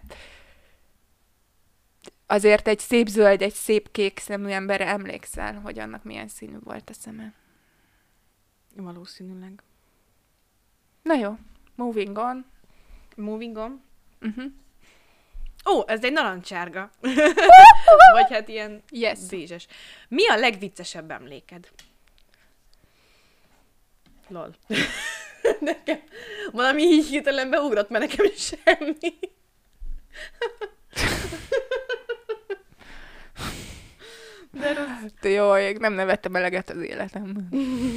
azért egy szép zöld, egy szép kék szemű emberre emlékszel, hogy annak milyen színű volt a szeme. valószínűleg. Na jó, moving on. Moving on. Uh-huh. Ó, ez egy narancsárga. Vagy hát ilyen Yes. bézses. Mi a legviccesebb emléked? Lol. Nekem valami így hirtelen beugrott, mert nekem semmi. De rossz. Te jó, ég, nem nevettem eleget az életemben.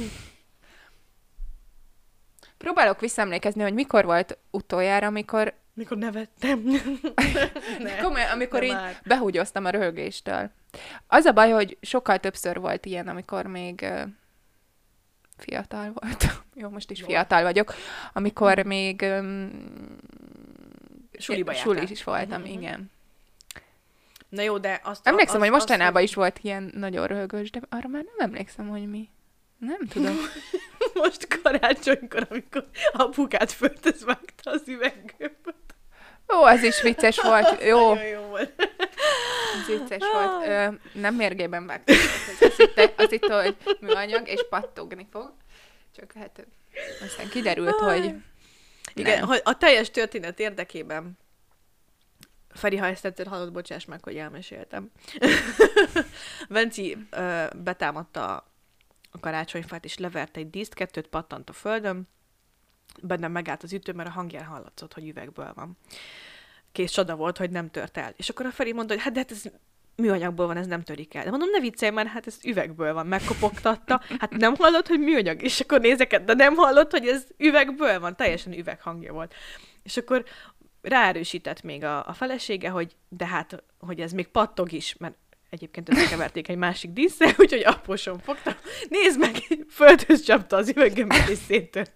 Próbálok visszaemlékezni, hogy mikor volt utoljára, amikor, Mikor nevettem. Ne, komolyan, amikor ne így már. behúgyoztam a röhögéstől. Az a baj, hogy sokkal többször volt ilyen, amikor még ö, fiatal voltam. Jó, most is Jó. fiatal vagyok. Amikor még um, Suliba suli jártál. is voltam, Mhm. igen. Na jó, de azt... Emlékszem, az, hogy mostanában az, is volt ilyen nagyon röhögös, de arra már nem emlékszem, hogy mi. Nem tudom. Most karácsonykor, amikor apukát föltesz vágta az üveggömböt. Ó, az is vicces volt. Jó, Nagyon jó volt. az vicces volt. Ö, nem mérgében vágtam. Az itt, az itt, hogy műanyag, és pattogni fog. Csak hát aztán kiderült, hogy Igen, nem. hogy a teljes történet érdekében Feri, ha ezt egyszer hallod, bocsáss meg, hogy elmeséltem. Venci ö, betámadta a karácsonyfát, és levert egy díszt, kettőt pattant a földön, bennem megállt az ütő, mert a hangján hallatszott, hogy üvegből van. Kész csoda volt, hogy nem tört el. És akkor a Feri mondta, hogy hát de hát ez műanyagból van, ez nem törik el. De mondom, ne viccelj már, hát ez üvegből van, megkopogtatta. Hát nem hallod, hogy műanyag? És akkor nézek, de nem hallod, hogy ez üvegből van? Teljesen üveghangja volt. És akkor ráerősített még a, a felesége, hogy de hát, hogy ez még pattog is, mert egyébként összekeverték egy másik díszsel, úgyhogy apósom fogta. Nézd meg, földhöz csapta az üvegemet, és széttört.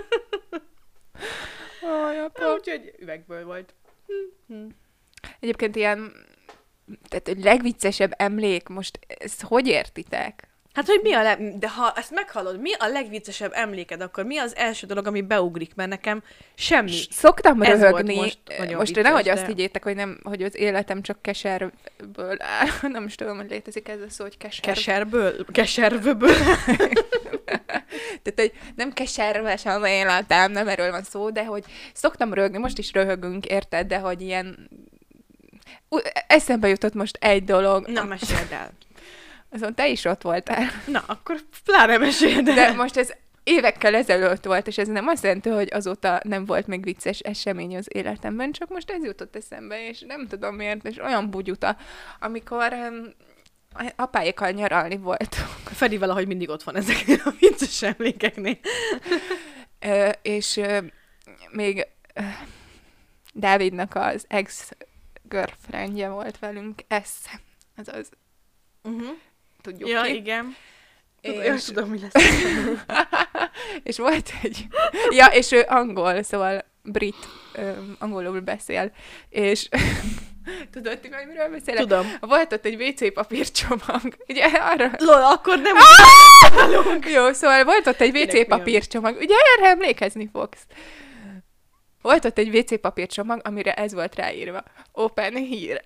Oh, úgyhogy üvegből volt. Hm. Egyébként ilyen, tehát a legviccesebb emlék, most ezt hogy értitek? Hát, hogy mi a leg... De ha ezt meghallod, mi a legviccesebb emléked, akkor mi az első dolog, ami beugrik, mert nekem semmi. Szoktam Ez röhögni. most, most vicces, nehogy de... azt higgyétek, hogy, nem, hogy az életem csak keserből áll. Nem is tudom, hogy létezik ez a szó, hogy keser. Keserből? Keservből? Tehát, hogy nem keserves az életem, nem erről van szó, de hogy szoktam röhögni, most is röhögünk, érted, de hogy ilyen... Eszembe jutott most egy dolog. Na, meséld el. Azon te is ott voltál. Na, akkor pláne meséld el. De most ez évekkel ezelőtt volt, és ez nem azt jelenti, hogy azóta nem volt még vicces esemény az életemben, csak most ez jutott eszembe, és nem tudom miért, és olyan bugyuta, amikor um, apáékkal nyaralni voltunk. Feri valahogy mindig ott van ezeknél a vicces emlékeknél. Ö, és ö, még ö, Dávidnak az ex-girlfriendje volt velünk, ez, azaz, uh-huh. tudjuk ja, ki. igen. És... Én tudom, mi lesz. És volt egy... Ja, és ő angol, szóval brit, um, angolul beszél, és... Tudod, hogy miről beszélek? Tudom. Volt ott egy vé cé papírcsomag. Ugye arra... Lol, akkor nem ah! Jó, szóval volt ott egy vé cé papírcsomag. Ugye erre emlékezni fogsz. Volt ott egy vé cé papírcsomag, amire ez volt ráírva. Open here.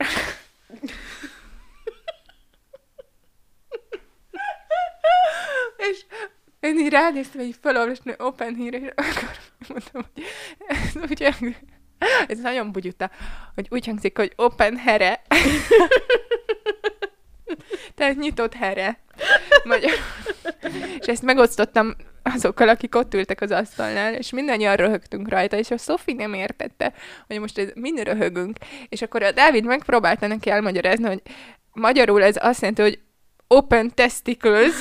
És én így ránéztem, hogy felolvasni open here, és akkor mondtam, hogy ez, ugye, ez nagyon bugyuta, hogy úgy hangzik, hogy open here. Tehát nyitott here. Magyar. És ezt megosztottam azokkal, akik ott ültek az asztalnál, és mindannyian röhögtünk rajta, és a Sophie nem értette, hogy most ez mind röhögünk. És akkor a Dávid megpróbálta neki elmagyarázni, hogy magyarul ez azt jelenti, hogy open testicles,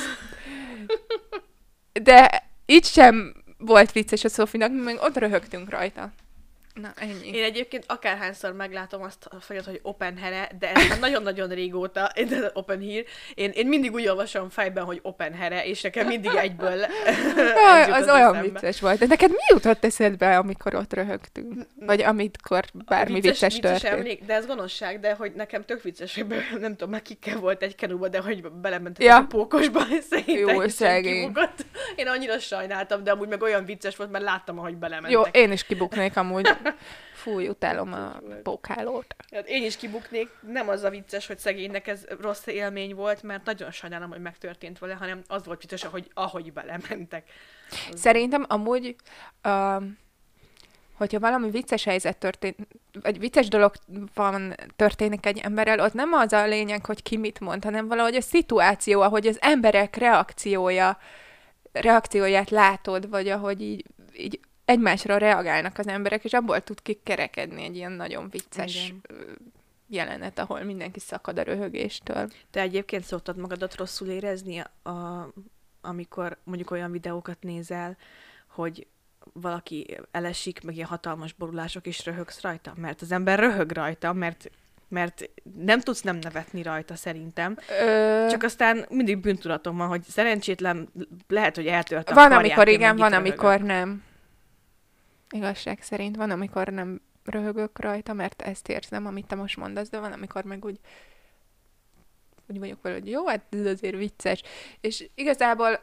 de így sem volt vicces a Sophie-nak, mi meg ott röhögtünk rajta. Na, ennyi. Én egyébként akárhányszor meglátom azt a fejet, hogy open here, de ez már nagyon-nagyon régóta, de open here, én, én mindig úgy olvasom fejben, hogy open here, és nekem mindig egyből Jaj, az, az olyan eszembe. Vicces volt. De neked mi jutott eszedbe, amikor ott röhögtünk? Vagy amikor bármi vicces, vicces történt? Vicces emlék, de ez gonoszság, de hogy nekem tök vicces, hogy be, nem tudom, meg kikkel volt egy kenúba, de hogy belementek ja. a pókosba, Jó, szegény. Én annyira sajnáltam, de amúgy meg olyan vicces volt, mert láttam, ahogy belementek. Jó, én is kibuknék amúgy. Fúj, utálom a pókhálót. Hát én is kibuknék, nem az a vicces, hogy szegénynek ez rossz élmény volt, mert nagyon sajnálom, hogy megtörtént vele, hanem az volt vicces, hogy ahogy belementek. Az... Szerintem amúgy, uh, hogyha valami vicces helyzet történt, vagy vicces dolog van, történik egy emberrel, ott nem az a lényeg, hogy ki mit mond, hanem valahogy a szituáció, ahogy az emberek reakciója, reakcióját látod, vagy ahogy így, így egymásra reagálnak az emberek, és abból tud kikerekedni egy ilyen nagyon vicces Igen. jelenet, ahol mindenki szakad a röhögéstől. Te egyébként szoktad magadat rosszul érezni, a, amikor mondjuk olyan videókat nézel, hogy valaki elesik, meg ilyen hatalmas borulások, és röhögsz rajta? Mert az ember röhög rajta, mert mert nem tudsz nem nevetni rajta szerintem. Ö... Csak aztán mindig bűntudatom van, hogy szerencsétlen lehet, hogy eltört a Van, karját, amikor igen, van, röhögök. amikor nem. Igazság szerint van, amikor nem röhögök rajta, mert ezt érzem, amit te most mondasz, de van, amikor meg úgy, úgy vagyok vele, hogy jó, hát ez azért vicces. És igazából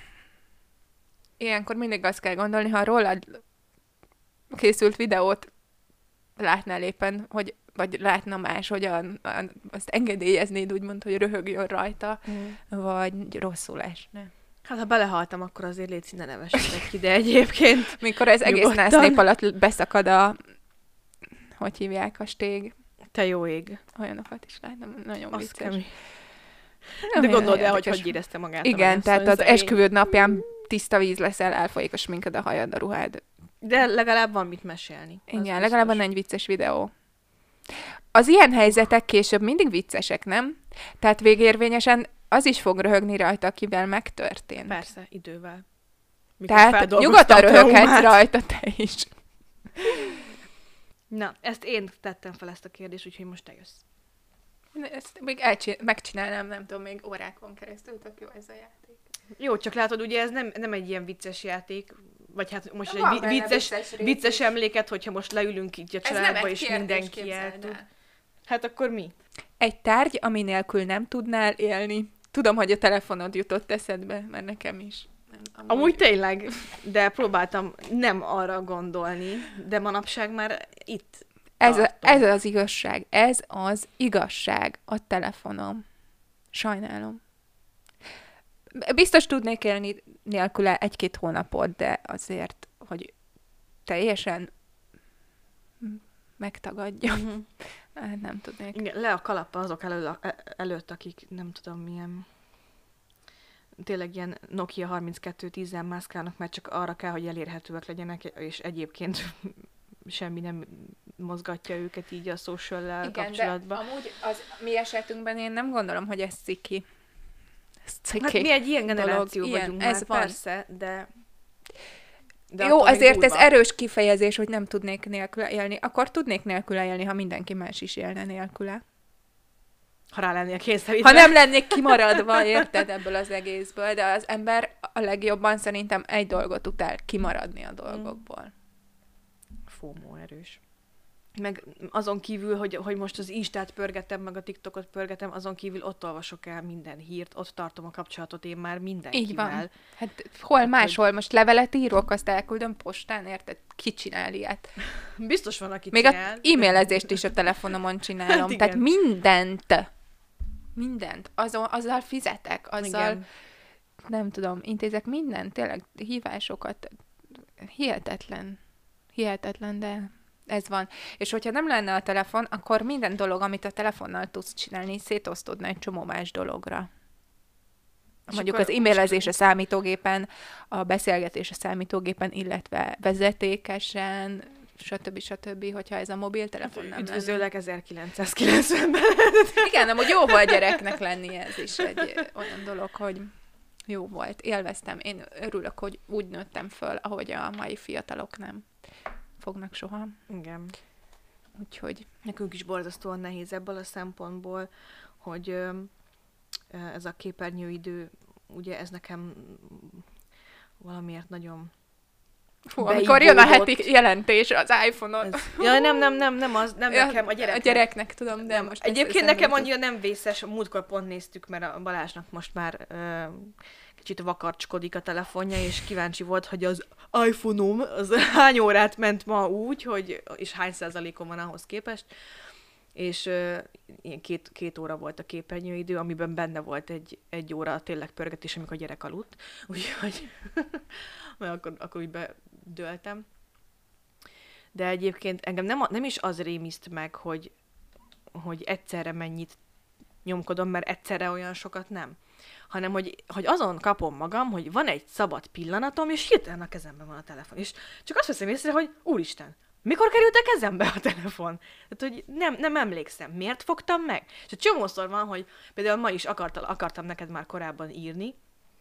ilyenkor mindig azt kell gondolni, ha rólad készült videót látnál éppen, hogy, vagy látna más, hogy a, a, azt engedélyeznéd, úgymond, hogy röhögjön rajta, mm. vagy rosszul esne. Hát, ha belehaltam, akkor azért légy színe nevessetek ki, de egyébként... Mikor ez egész násznép alatt beszakad a... Hogy hívják a stég? Te jó ég. Olyanokat is láttam, nagyon Azt vicces. Kemi. De gondold el, hogy hogy érezte magát. Igen, tehát az esküvőd napján tiszta víz leszel, elfolyik a sminked, a hajad, a ruhád. De legalább van mit mesélni. Igen, legalább van egy vicces videó. Az ilyen helyzetek később mindig viccesek, nem? Tehát végérvényesen az is fog röhögni rajta, akivel megtörtént. Persze, idővel. Mikor Tehát nyugodtan röhöghetsz rajta te is. Na, ezt én tettem fel ezt a kérdést, úgyhogy most te jössz. Ezt még elcsin- megcsinálnám, nem tudom, még órákon keresztül, tök jó ez a játék. Jó, csak látod, ugye ez nem, nem egy ilyen vicces játék, vagy hát most Van egy vicces, vicces, vicces emléket, hogyha most leülünk így a családba, és mindenki el tud. Hát akkor mi? Egy tárgy, ami nélkül nem tudnál élni. Tudom, hogy a telefonod jutott eszedbe, mert nekem is. Nem, amúgy... amúgy tényleg, de próbáltam nem arra gondolni, de manapság már itt ez, a, ez az igazság. Ez az igazság a telefonom. Sajnálom. Biztos tudnék élni nélküle egy-két hónapot, de azért, hogy teljesen megtagadja. Mm-hmm. Nem tudnék. Igen, le a kalappa azok elő, előtt, akik nem tudom milyen tényleg ilyen Nokia harminckettő tízen mászkálnak, mert csak arra kell, hogy elérhetőek legyenek, és egyébként semmi nem mozgatja őket így a social-lel kapcsolatban. Igen, de amúgy az mi esetünkben én nem gondolom, hogy ez ciki. Ez ciki. Hát mi egy ilyen generáció dolog, vagyunk ilyen, ez már, persze, de... de jó, azért ez erős kifejezés, hogy nem tudnék nélküle élni. Akkor tudnék nélküle élni, ha mindenki más is élne nélküle. Ha rá lennél kényszerítve. Ha nem lennék kimaradva, érted, ebből az egészből, de az ember a legjobban szerintem egy dolgot utál, kimaradni a dolgokból. FOMO erős. Meg azon kívül, hogy, hogy most az Instát pörgetem, meg a TikTokot pörgetem, azon kívül ott olvasok el minden hírt, ott tartom a kapcsolatot én már mindenkivel. Így van. Hát hol hát, máshol, hogy... most levelet írok, azt elküldöm postán, érted? Ki csinál ilyet? Biztos van, aki még csinál. Még az e-mailezést is a telefonomon csinálom. Hát tehát mindent, mindent, azon, azzal fizetek, azzal, igen. Nem tudom, intézek mindent, tényleg hívásokat. Hihetetlen. Hihetetlen, de... ez van. És hogyha nem lenne a telefon, akkor minden dolog, amit a telefonnal tudsz csinálni, szétosztodna egy csomó más dologra. És mondjuk az e-mailezés a számítógépen, a beszélgetés a számítógépen, illetve vezetékesen, stb. stb., hogyha ez a mobiltelefon nem Üdvözöllek lenne. ezerkilencszázkilencvenben. Igen, amúgy jó volt gyereknek lenni, ez is egy olyan dolog, hogy jó volt. Élveztem. Én örülök, hogy úgy nőttem föl, ahogy a mai fiatalok nem fognak soha. Igen. Úgyhogy... nekünk is borzasztóan nehéz ebből a szempontból, hogy ö, ez a képernyőidő, ugye ez nekem valamiért nagyon Fú, amikor jön a heti jelentés az iPhone-on. Ez, ja, nem, nem, nem, nem, az, nem ja, nekem, a gyereknek. A gyereknek, tudom, de nem, most... Egyébként nekem annyira nem vészes, a múltkor pont néztük, mert a Balázsnak most már ö, kicsit vakarcskodik a telefonja, és kíváncsi volt, hogy az iPhone-om az hány órát ment ma úgy, hogy, és hány százalékon van ahhoz képest, és uh, ilyen két, két óra volt a képernyőidő, amiben benne volt egy, egy óra tényleg pörgetés, amikor a gyerek aludt, úgyhogy mert akkor, akkor úgy bedőltem. De egyébként engem nem, nem is az rémiszt meg, hogy, hogy egyszerre mennyit nyomkodom, mert egyszerre olyan sokat nem. Hanem, hogy, hogy azon kapom magam, hogy van egy szabad pillanatom, és hirtelen a kezemben van a telefon. És csak azt veszem észre, hogy úristen, mikor került a kezembe a telefon? Tehát, hogy nem, nem emlékszem. Miért fogtam meg? És egy csomószor van, hogy például ma is akartam, akartam neked már korábban írni,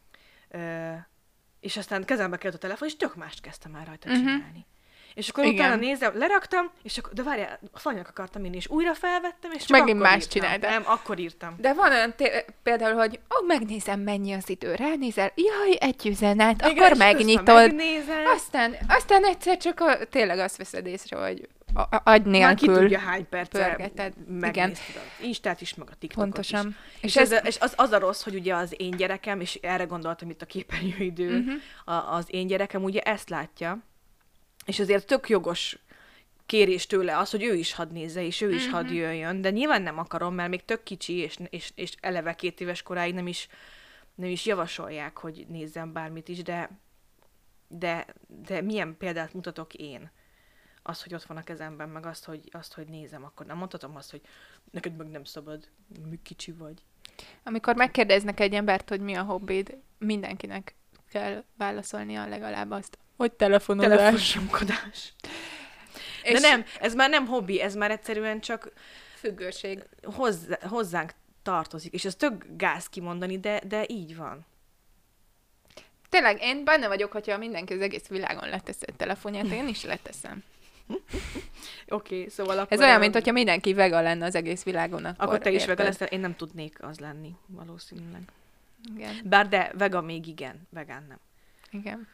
és aztán kezembe került a telefon, és tök mást kezdtem már rajta uh-huh. csinálni. És akkor igen. Utána nézem, leraktam, és akkor, de várjál, a Fannynak akartam írni, és újra felvettem, és csak megint más csináltam. Nem, akkor írtam. De van olyan té- például, hogy ó, megnézem, mennyi az idő, ránézel, jaj, egy üzenet, igen, akkor megnyitod. Aztán, aztán egyszer csak a, tényleg azt veszed észre, hogy a, a, agy nélkül már ki tudja, hány perccel megnézted az Instát is, meg a TikTokot pontosan. Is. És, és, ez, és az, az a rossz, hogy ugye az én gyerekem, és erre gondoltam itt a képernyőidő, uh-huh. a, az én gyerekem ugye ezt látja, és azért tök jogos kérés tőle az, hogy ő is hadd nézze, és ő is uh-huh. hadd jöjjön, de nyilván nem akarom, mert még tök kicsi, és, és, és eleve két éves koráig nem is, nem is javasolják, hogy nézzem bármit is, de, de, de milyen példát mutatok én? Az, hogy ott van a kezemben, meg azt, hogy, azt, hogy nézem, akkor nem mondhatom azt, hogy neked meg nem szabad, még kicsi vagy. Amikor megkérdeznek egy embert, hogy mi a hobbid, mindenkinek kell válaszolnia legalább azt, hogy telefonozás. Telefonnyomkodás. De nem, ez már nem hobbi, ez már egyszerűen csak függőség. Hozzá, hozzánk tartozik, és ez tök gáz kimondani, de, de így van. Tényleg, én benne vagyok, hogyha mindenki az egész világon leteszi a telefonját, én is leteszem. Oké, okay, szóval akkor... Ez olyan, mint hogyha mindenki vega lenne az egész világon. Akkor, akkor te is érted? vega leszel, én nem tudnék az lenni, valószínűleg. Igen. Bár de, vega még igen, vegán nem. Igen.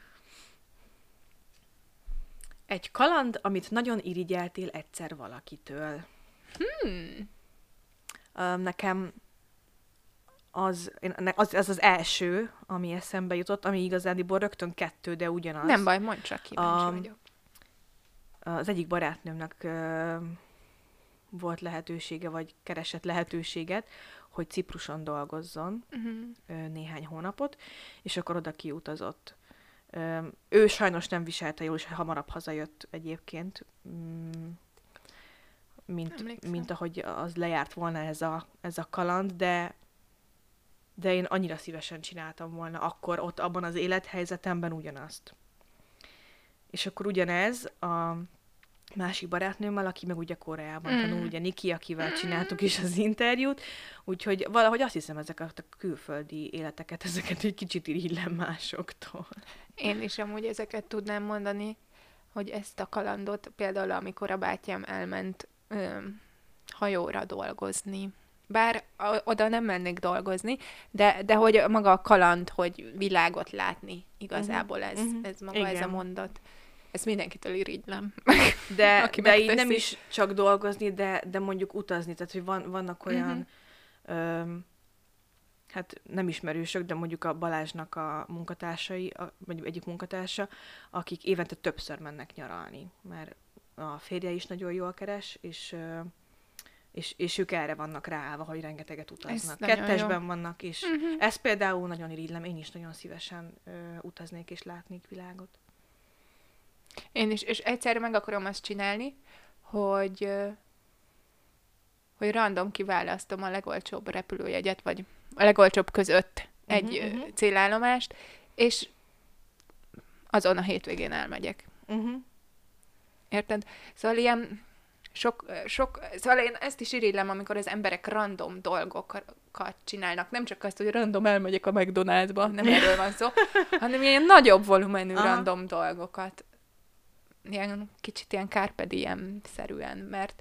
Egy kaland, amit nagyon irigyeltél egyszer valakitől. Hmm. Uh, nekem az, az, az az első, ami eszembe jutott, ami igazándiból rögtön kettő, de ugyanaz. Nem baj, mondd csak, kíváncsi A, vagyok. Az egyik barátnőmnek uh, volt lehetősége, vagy keresett lehetőséget, hogy Cipruson dolgozzon Uh-huh. uh, néhány hónapot, és akkor oda kiutazott. Uh, ő sajnos nem viselte jól, és hamarabb hazajött egyébként, mm, mint, mint ahogy az lejárt volna ez a, ez a kaland, de de én annyira szívesen csináltam volna akkor ott abban az élethelyzetemben ugyanazt. És akkor ugyanez a másik barátnőmmel, aki meg ugye Koreában mm. tanul, ugye Niki, akivel csináltuk is az interjút, úgyhogy valahogy azt hiszem, ezeket a külföldi életeket, ezeket egy kicsit irigylem másoktól. Én is amúgy ezeket tudnám mondani, hogy ezt a kalandot, például amikor a bátyám elment ö, hajóra dolgozni, bár a, oda nem mennék dolgozni, de, de hogy maga a kaland, hogy világot látni, igazából ez, uh-huh. ez maga Igen. ez a mondat. Ezt mindenkitől irigylem. De, de így nem is csak dolgozni, de, de mondjuk utazni. Tehát, hogy van, vannak olyan, uh-huh. öm, hát nem ismerősök, de mondjuk a Balázsnak a munkatársai, a, vagy egyik munkatársa, akik évente többször mennek nyaralni. Mert a férje is nagyon jól keres, és... És, és ők erre vannak ráállva, hogy rengeteget utaznak. Kettesben vannak, és uh-huh. ez például nagyon irigylem, én is nagyon szívesen ö, utaznék és látnék világot. Én is, és egyszerre meg akarom azt csinálni, hogy, hogy random kiválasztom a legolcsóbb repülőjegyet, vagy a legolcsóbb között egy uh-huh, uh-huh. célállomást, és azon a hétvégén elmegyek. Uh-huh. Érted? Szóval ilyen Sok, sok, szóval én ezt is irigylem, amikor az emberek random dolgokat csinálnak. Nem csak azt, hogy random elmegyek a McDonald'sba, nem erről van szó, hanem ilyen nagyobb volumenű Aha. random dolgokat. Ilyen kicsit ilyen carpe diem-szerűen, mert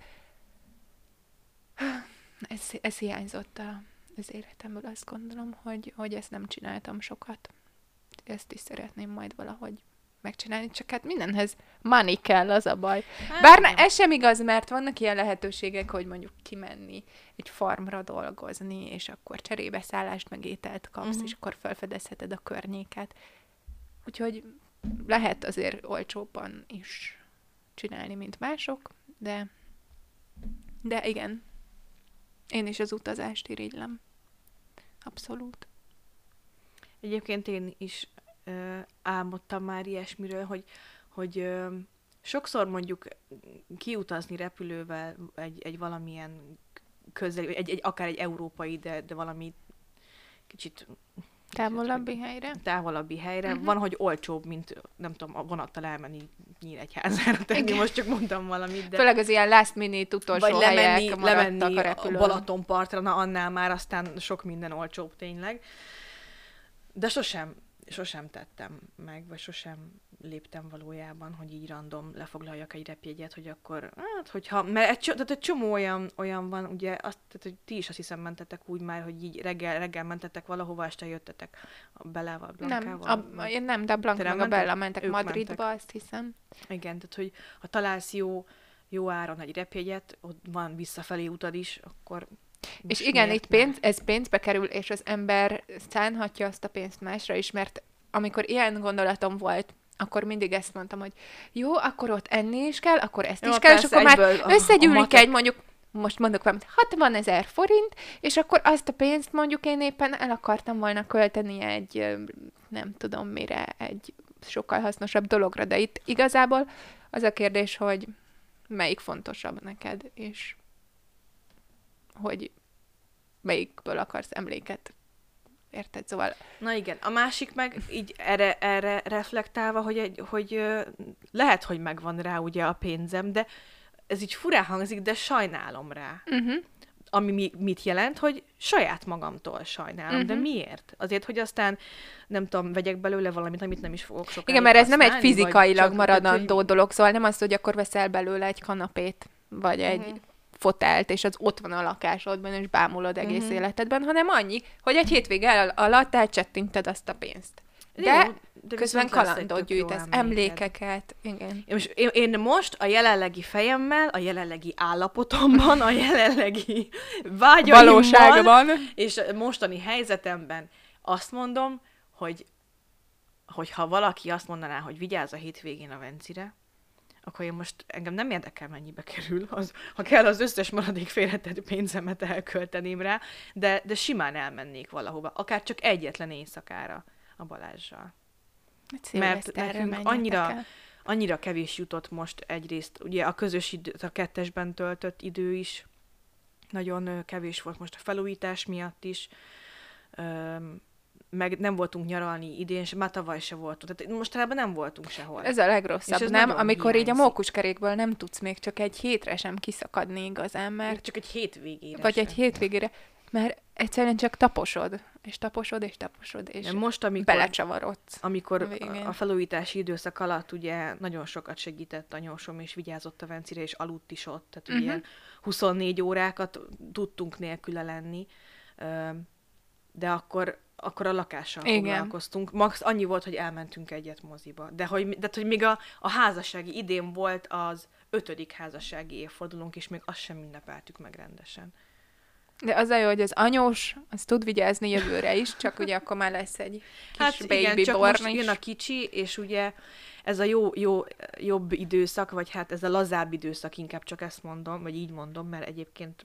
ez, ez hiányzott a, az életemből, azt gondolom, hogy, hogy ezt nem csináltam sokat. Ezt is szeretném majd valahogy megcsinálni, csak hát mindenhez money kell, az a baj. Bár ne, ez sem igaz, mert vannak ilyen lehetőségek, hogy mondjuk kimenni egy farmra dolgozni, és akkor cserébe szállást meg ételt kapsz, uh-huh. és akkor felfedezheted a környéket. Úgyhogy lehet azért olcsóbban is csinálni, mint mások, de de igen, én is az utazást irigylem. Abszolút. Egyébként én is ö, álmodtam már ilyesmiről, hogy, hogy ö, sokszor mondjuk kiutazni repülővel egy, egy valamilyen közel, egy, egy, akár egy európai, de, de valami kicsit távolabbi helyre. Távolabbi helyre. Uh-huh. Van, hogy olcsóbb, mint nem tudom, a vonattal elmenni Nyíregyházára tenni, most csak mondtam valamit. De... Főleg az ilyen last minute utolsó vagy lemenni, helyek lemenni a repülőn. A Balatonpartra, na annál már aztán sok minden olcsóbb tényleg. De sosem, sosem tettem meg, vagy sosem léptem valójában, hogy így random lefoglaljak egy repjegyet, hogy akkor, hát hogyha, mert egy, tehát egy csomó olyan, olyan van, ugye, azt, tehát, hogy ti is azt hiszem mentetek úgy már, hogy így reggel, reggel mentetek valahova, este jöttetek a Bellával, Blankával. Nem, a, nem, de a Blanka meg a Bella mentek Madridba, mentek. Azt hiszem. Igen, tehát, hogy ha találsz jó, jó áron egy repjegyet, ott van visszafelé utad is, akkor... És igen, itt pénz, ez pénzbe kerül, és az ember szánhatja azt a pénzt másra is, mert amikor ilyen gondolatom volt, akkor mindig ezt mondtam, hogy jó, akkor ott enni is kell, akkor ezt jó, is kell, és akkor már összegyűlik egy, mondjuk, most mondok valamit, hatvanezer forint, és akkor azt a pénzt mondjuk én éppen el akartam volna költeni egy, nem tudom mire, egy sokkal hasznosabb dologra, de itt igazából az a kérdés, hogy melyik fontosabb neked, és hogy melyikből akarsz emléket. Érted? Szóval... Na igen, a másik meg így erre, erre reflektálva, hogy, egy, hogy ö, lehet, hogy megvan rá ugye a pénzem, de ez így furán hangzik, de sajnálom rá. Uh-huh. Ami mi, mit jelent, hogy saját magamtól sajnálom. Uh-huh. De miért? Azért, hogy aztán, nem tudom, vegyek belőle valamit, amit nem is fogok sokáig igen, mert ez nem egy használni, fizikailag csak, maradandó hogy... dolog, szóval nem az, hogy akkor veszel belőle egy kanapét, vagy egy Uh-huh. fotelt, és az ott van a lakásodban, és bámulod egész Uh-huh. életedben, hanem annyi, hogy egy hétvége el- alatt elcsettinted azt a pénzt. De, Jó, de közben viszont lesz egy kalandot tök jó gyűjtesz, emléked. emlékeket, igen. Én most, én, én most a jelenlegi fejemmel, a jelenlegi állapotomban, a jelenlegi vágyaimmal, Valóságban. és a mostani helyzetemben azt mondom, hogy, hogy ha valaki azt mondaná, hogy vigyázz a hétvégén a Vencire, akkor én most engem nem érdekel, mennyibe kerül. Az, ha kell, az összes maradék félretett pénzemet elkölteném rá, de, de simán elmennék valahova. Akár csak egyetlen éjszakára a Balázssal. Mert nekünk annyira, annyira kevés jutott most egyrészt, ugye a közös idő, a kettesben töltött idő is nagyon kevés volt most a felújítás miatt is, Üm, meg nem voltunk nyaralni idén, és már tavaly se voltunk. Tehát mostanában nem voltunk sehol. Ez a legrosszabb, ez nem? Amikor hiányzik. így a mókuskerékből nem tudsz még csak egy hétre sem kiszakadni igazán, mert... Csak egy hétvégére Vagy sem. egy hétvégére, mert egyszerűen csak taposod, és taposod, és taposod, és most, amikor, belecsavarodsz. amikor a végén. a felújítási időszak alatt ugye nagyon sokat segített a nyósom, és vigyázott a Vencire, és aludt is ott. Tehát Uh-huh. ugye huszonnégy órákat tudtunk nélküle lenni, Üm, de akkor akkor a lakással igen. foglalkoztunk. Max annyi volt, hogy elmentünk egyet moziba. De hogy, de hogy még a, a házassági idén volt az ötödik házassági évfordulónk, és még azt sem ünnepeltük meg rendesen. De az a jó, hogy az anyós, az tud vigyázni jövőre is, csak ugye akkor már lesz egy kis Hát baby igen, csak born most is. jön a kicsi, és ugye ez a jó, jó, jobb időszak, vagy hát ez a lazább időszak, inkább csak ezt mondom, vagy így mondom, mert egyébként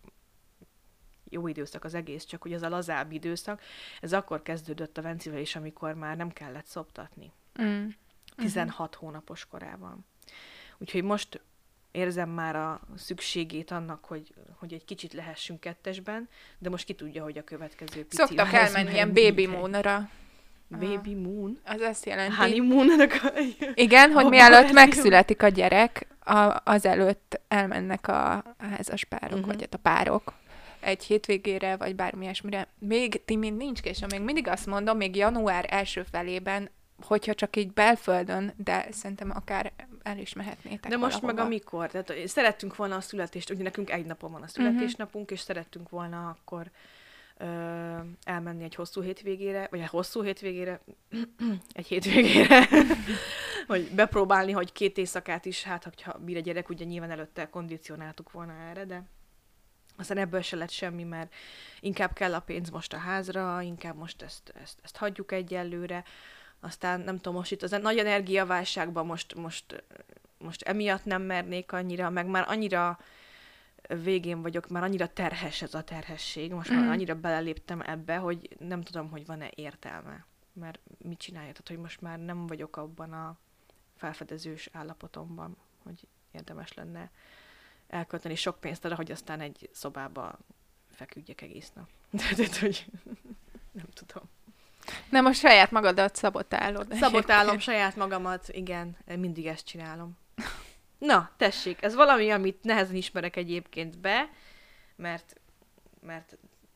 jó időszak az egész, csak ugye ez a lazább időszak, ez akkor kezdődött a Vencivel is, amikor már nem kellett szoptatni. Mm. tizenhat uh-huh. hónapos korában. Úgyhogy most érzem már a szükségét annak, hogy, hogy egy kicsit lehessünk kettesben, de most ki tudja, hogy a következő pici Szoktak elmenni ilyen baby moonra. Baby moon? Az azt jelenti. Honeymoon? Igen, hogy mielőtt megszületik a gyerek, a, azelőtt elmennek a, a házas párok, uh-huh. vagy hát a párok egy hétvégére, vagy bármi ilyesmire. Még Timin nincs később, még mindig azt mondom, még január első felében, hogyha csak így belföldön, de szerintem akár el is mehetnétek De most valahova. meg amikor? Tehát szerettünk volna a születést, ugye nekünk egy napon van a születésnapunk, uh-huh. és szerettünk volna akkor ö, elmenni egy hosszú hétvégére, vagy egy hosszú hétvégére, egy hétvégére, hogy bepróbálni, hogy két éjszakát is, hát ha bír a gyerek, ugye nyilván előtte kondicionáltuk volna erre, de aztán ebből se lett semmi, mert inkább kell a pénz most a házra, inkább most ezt, ezt, ezt hagyjuk egyelőre. Aztán nem tudom, most itt az nagy energiaválságban most, most, most emiatt nem mernék annyira, meg már annyira végén vagyok, már annyira terhes ez a terhesség, most mm. már annyira beleléptem ebbe, hogy nem tudom, hogy van-e értelme. Mert mit csinálja? Tehát, hogy most már nem vagyok abban a felfedezős állapotomban, hogy érdemes lenne elkölteni sok pénzt arra, hogy aztán egy szobába feküdjek egész nap. Tehát, hogy nem tudom. Nem, a saját magadat szabotálod. Szabotálom saját magamat, igen, mindig ezt csinálom. Na, tessék, ez valami, amit nehezen ismerek egyébként be, mert, mert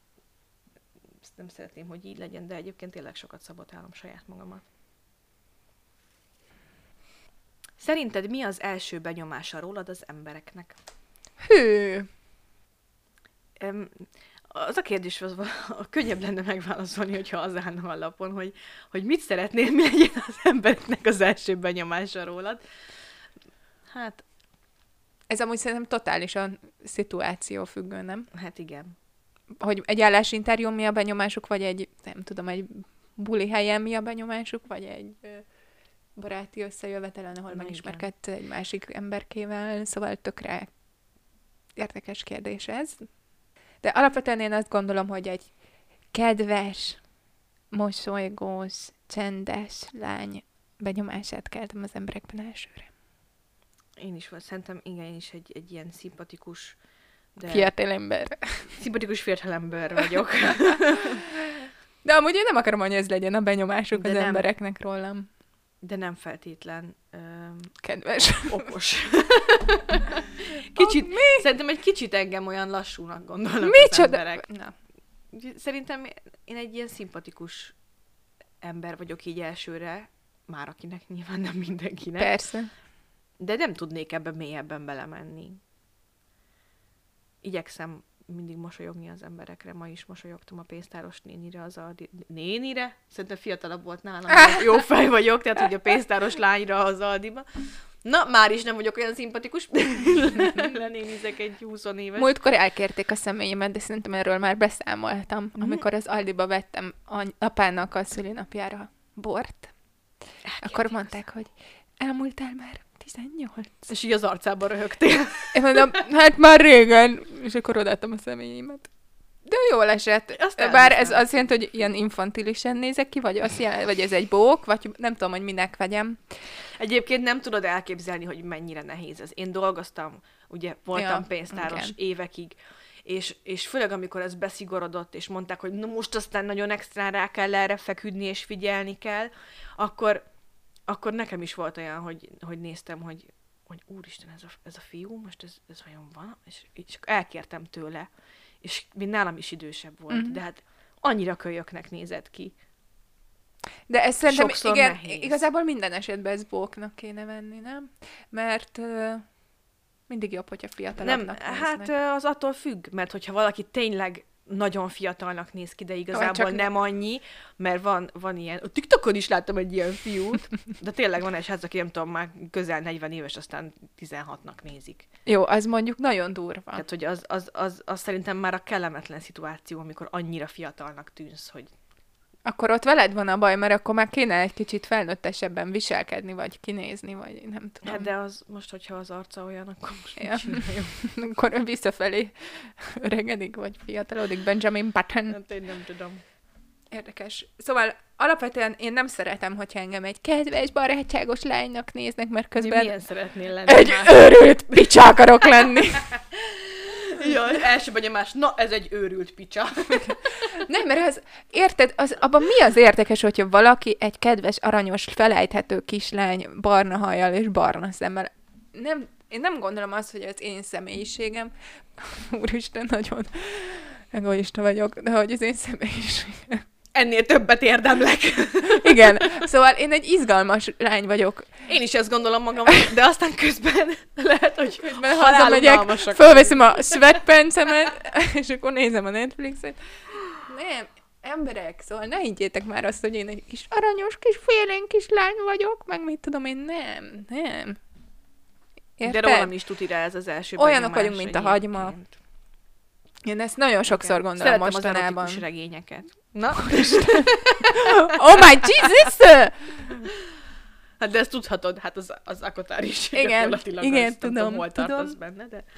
nem szeretném, hogy így legyen, de egyébként tényleg sokat szabotálom saját magamat. Szerinted mi az első benyomása rólad az embereknek? Hű! Um, az a kérdés, az könnyebb lenne megválaszolni, hogyha az állna a lapon, hogy, hogy mit szeretnél, mi legyen az embereknek az első benyomása rólad. Hát... Ez amúgy szerintem totálisan szituáció függő, nem? Hát igen. Hogy egy állásinterjún mi a benyomásuk, vagy egy, nem tudom, egy buli helyen mi a benyomásuk, vagy egy baráti összejövetelen, ahol Na, megismerkedt egy másik emberkével, szóval tökre érdekes kérdés ez. De alapvetően én azt gondolom, hogy egy kedves, mosolygós, csendes lány benyomását keltem az emberekben elsőre. Én is volt, szerintem igen, én is egy, egy ilyen szimpatikus, De Fiatal ember. szimpatikus fiatalember vagyok. De amúgy én nem akarom, hogy ez legyen a benyomásuk De az nem. embereknek rólam. De nem feltétlen öm, Kedves. okos. Kicsit, Ah, mi? szerintem egy kicsit engem olyan lassúnak gondolnak Micsoda? az emberek. Na. Szerintem én egy ilyen szimpatikus ember vagyok így elsőre, már akinek nyilván nem mindenkinek. Persze. De nem tudnék ebben mélyebben belemenni. Igyekszem mindig mosolyogni az emberekre. Ma is mosolyogtam a pénztáros nénire, az a... Nénire? Szerintem fiatalabb volt nálam. Jó fej vagyok, tehát hogy a pénztáros lányra az Aldiba. Na, már is nem vagyok olyan szimpatikus. Lenénizek egy húsz éves. Múltkor elkérték a személyemet, de szerintem erről már beszámoltam, Mhm. amikor az Aldiba vettem any- apának a szülinapjára bort. Akkor mondták, hogy elmúltál már tizennyolc. És így az arcában röhögtél. Én mondom, hát már régen, és akkor odaadtam a személyemet. De jól esett. Azt Bár ez elhiszem. azt jelenti, hogy ilyen infantilisen nézek ki, vagy, azt jelenti, vagy ez egy bók, vagy nem tudom, hogy minek vegyem. Egyébként nem tudod elképzelni, hogy mennyire nehéz ez. Én dolgoztam, ugye voltam Ja, pénztáros igen. évekig, és, és főleg amikor ez beszigorodott, és mondták, hogy na most aztán nagyon extrán rá kell erre feküdni, és figyelni kell, akkor, akkor nekem is volt olyan, hogy, hogy néztem, hogy, hogy úristen, ez a, ez a fiú, most ez, ez olyan van, és, és elkértem tőle, és még nálam is idősebb volt, Mhm. de hát annyira kölyöknek nézett ki. De ez szerintem, Sokszor igen, nehéz. igazából minden esetben ez bóknak kéne venni, nem? Mert uh, mindig jobb, hogyha Nem, fiatalabbnak hát néznek. ö, az attól függ, mert hogyha valaki tényleg nagyon fiatalnak néz ki, de igazából csak nem annyi, mert van, van ilyen, a TikTokon is láttam egy ilyen fiút, de tényleg van egy srác, aki nem tudom, már közel negyven éves, aztán tizenhatnak nézik. Jó, az mondjuk nagyon durva. Tehát, hogy az, az, az, az szerintem már a kellemetlen szituáció, amikor annyira fiatalnak tűnsz, hogy Akkor ott veled van a baj, mert akkor már kéne egy kicsit felnőttesebben viselkedni, vagy kinézni, vagy nem tudom. hát de az most, hogyha az arca olyan, akkor most Ja. mit csináljunk? Akkor ő visszafelé öregedik, vagy fiatalodik. Benjamin Button. Hát én nem tudom. Érdekes. Szóval alapvetően én nem szeretem, hogyha engem egy kedves, barátságos lánynak néznek, mert Közben... közben Milyen szeretnél lenni? egy más? őrült picsa akarok lenni. Jaj, első benyomás, na ez egy őrült picsa. Nem, mert az, érted, az, abban mi az érdekes, hogyha valaki egy kedves, aranyos, felejthető kislány barna hajjal és barna szemmel. Nem, én nem gondolom azt, hogy az én személyiségem, úristen, nagyon egoista vagyok, de hogy az én személyiségem. Ennél többet érdemlek. Igen, szóval én egy izgalmas lány vagyok. Én is ezt gondolom magam, de aztán közben lehet, hogy Közben halál hazamegyek, unalmasak. fölveszem a sweatpantsemet, és akkor nézem a Netflixet. Nem, emberek, szóval ne higgyétek már azt, hogy én egy kis aranyos, kis félénk kis lány vagyok, meg mit tudom én, nem, nem. Érted? De rólam is tutira ez az első Olyanok benyomás vagyunk, mint a hagyma. egyébként. Én ezt nagyon sokszor Igen. gondolom Szeretem mostanában. az erotikus regényeket. Na, Oh my Jesus! hát de ezt tudhatod, hát az, az Akotár is. Igen, gyakorlatilag igen, az, nem tudom, hol tudom. tartasz benne, de...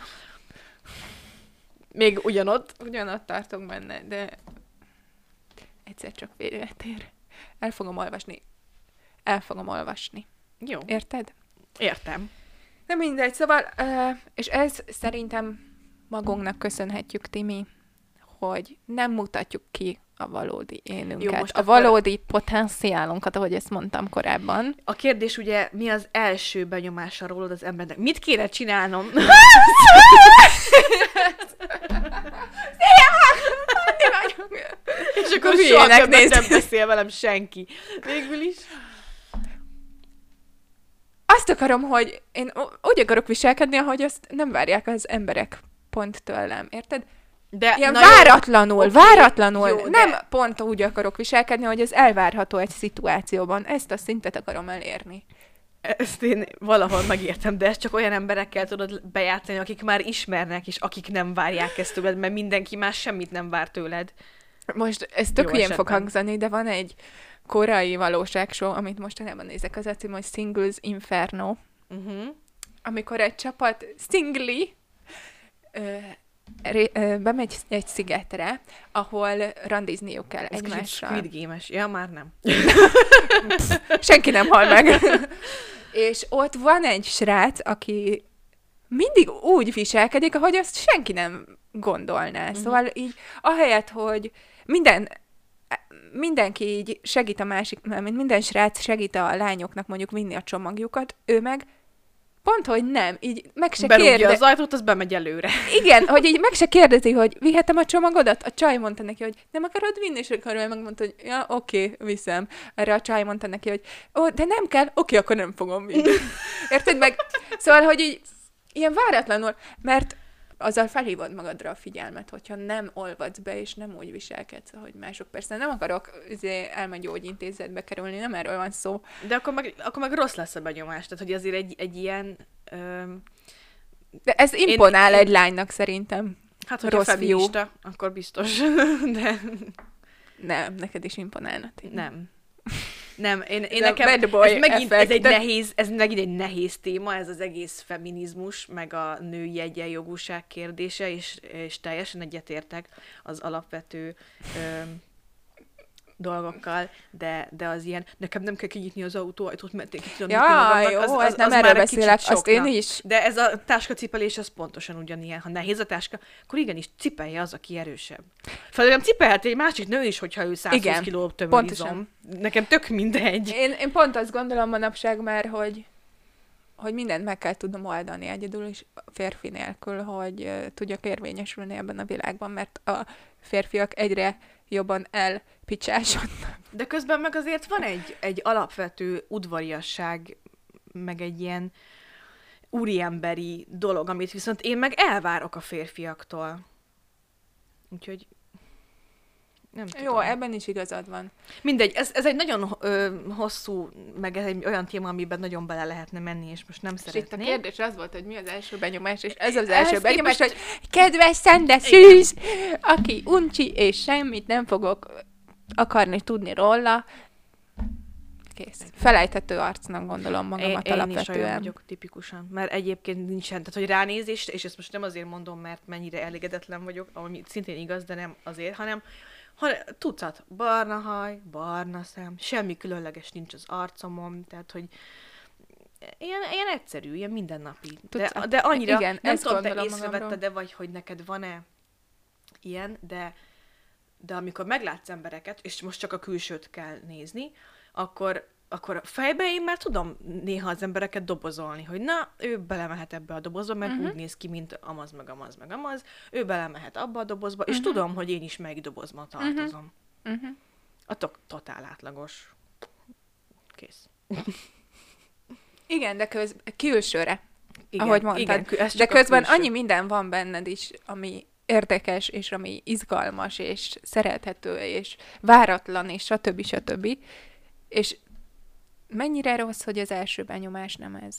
Még ugyanott. Ugyanott tartok benne, de egyszer csak véget ér. El fogom olvasni. El fogom olvasni. Jó, Érted? értem. De mindegy, szóval, uh, és ez szerintem magunknak köszönhetjük, Timi, hogy nem mutatjuk ki a valódi énünket, Jó, most a akkor- valódi potenciálunkat, ahogy ezt mondtam korábban. A kérdés ugye, mi az első benyomása rólad az embernek? Mit kéne csinálnom? És akkor soha hülyének többet néz. nem beszél velem senki. Végül is. Azt akarom, hogy én o- úgy akarok viselkedni, ahogy azt nem várják az emberek pont tőlem, érted? De, Ilyen na jó, váratlanul, oké, váratlanul. jó, de- Nem pont úgy akarok viselkedni, hogy ez elvárható egy szituációban. Ezt a szintet akarom elérni. Ezt én valahol megértem, de ezt csak olyan emberekkel tudod bejátszani, akik már ismernek, és akik nem várják ezt tőled, mert mindenki más semmit nem vár tőled. Most ez tök Jó hülyén fog esetben. hangzani, de van egy korai valóságshow, amit mostanában nézek, az a cím, hogy Singles Inferno, Uh-huh. amikor egy csapat szingli ö, ré, ö, bemegy egy szigetre, ahol randizniuk kell Ez kicsit egymással. Squid Game-es. Ja, már nem. Senki nem hal meg. És ott van egy srác, aki mindig úgy viselkedik, ahogy azt senki nem gondolná. Uh-huh. Szóval így ahelyett, hogy minden, mindenki így segít a másik, mint minden srác segít a lányoknak mondjuk vinni a csomagjukat, ő meg pont, hogy nem, így meg se Berúgja kérdezi. az ajtót, az bemegy előre. Igen, hogy így meg se kérdezi, hogy vihetem a csomagodat? A csaj mondta neki, hogy nem akarod vinni, és akkor ő megmondta, hogy ja, oké, okay, viszem. Erre a csaj mondta neki, hogy ó, de nem kell, oké, okay, akkor nem fogom vinni. Érted meg? Szóval, hogy így ilyen váratlanul, mert azzal felhívod magadra a figyelmet, hogyha nem olvadsz be, és nem úgy viselkedsz, ahogy mások. Persze nem akarok elmegyógyintézetbe kerülni, nem erről van szó. De akkor meg, akkor meg rossz lesz a benyomás, tehát hogy azért egy, egy ilyen... Öm... De ez imponál én, egy lánynak szerintem. Hát, hogyha feminista, akkor biztos. De... Nem, neked is imponálna. Nem. Nem, én, én ez nekem, ez megint effect, ez egy de... nehéz, ez megint egy nehéz téma, ez az egész feminizmus, meg a női egyenjogúság kérdése, és, és teljesen egyetértek az alapvető öm, dolgokkal, de, de az ilyen, nekem nem kell kinyitni az autóajtót, mert én ki tudom ja, nyitni magamnak, jó, az, az, az, nem az erről már beszélek, azt én is. De ez a táskacipelés, az pontosan ugyanilyen. Ha nehéz a táska, akkor igenis cipelje az, aki erősebb. Felőlem cipelhet egy másik nő is, hogyha ő százhúsz kiló tömörizom. Nekem tök mindegy. Én, én pont azt gondolom manapság már, hogy hogy mindent meg kell tudnom oldani egyedül is férfi nélkül, hogy uh, tudjak érvényesülni ebben a világban, mert a férfiak egyre jobban elpicsásodnak. De közben meg azért van egy, egy alapvető udvariasság, meg egy ilyen úriemberi dolog, amit viszont én meg elvárok a férfiaktól. Úgyhogy nem tudom. Jó, ebben is igazad van. Mindegy, ez, ez egy nagyon ö, hosszú, meg ez egy olyan téma, amiben nagyon bele lehetne menni, és most nem és szeretnék. itt a kérdés az volt, hogy mi az első benyomás, és ez az első Ezt benyomás, most... hogy kedves Szende Szűz, aki uncsi, és semmit nem fogok akarni tudni róla. Kész. Felejthető arcnak gondolom magamat én, alapvetően. Én is olyan vagyok tipikusan, mert egyébként nincsen, tehát hogy ránézés, és ezt most nem azért mondom, mert mennyire elégedetlen vagyok, ami szintén igaz, de nem azért, hanem ha, tucat, barna haj, barna szem, semmi különleges nincs az arcomon, tehát hogy ilyen, ilyen egyszerű, ilyen mindennapi. De, de annyira, igen, nem tudom, te magamról. észrevetted, de vagy, hogy neked van-e ilyen, de, de amikor meglátsz embereket, és most csak a külsőt kell nézni, akkor, akkor a fejbe én már tudom néha az embereket dobozolni, hogy na, ő belemehet ebbe a dobozba, mert uh-huh. úgy néz ki, mint amaz, meg amaz, meg amaz, ő belemehet abba a dobozba, uh-huh. és tudom, hogy én is melyik dobozba tartozom. Uh-huh. Uh-huh. A to- totál átlagos. Kész. Igen, de köz külsőre, igen, ahogy mondtad. Igen, ez de közben annyi minden van benned is, ami érdekes, és ami izgalmas, és szerethető, és váratlan, és stb. stb. És mennyire rossz, hogy az első benyomás nem ez?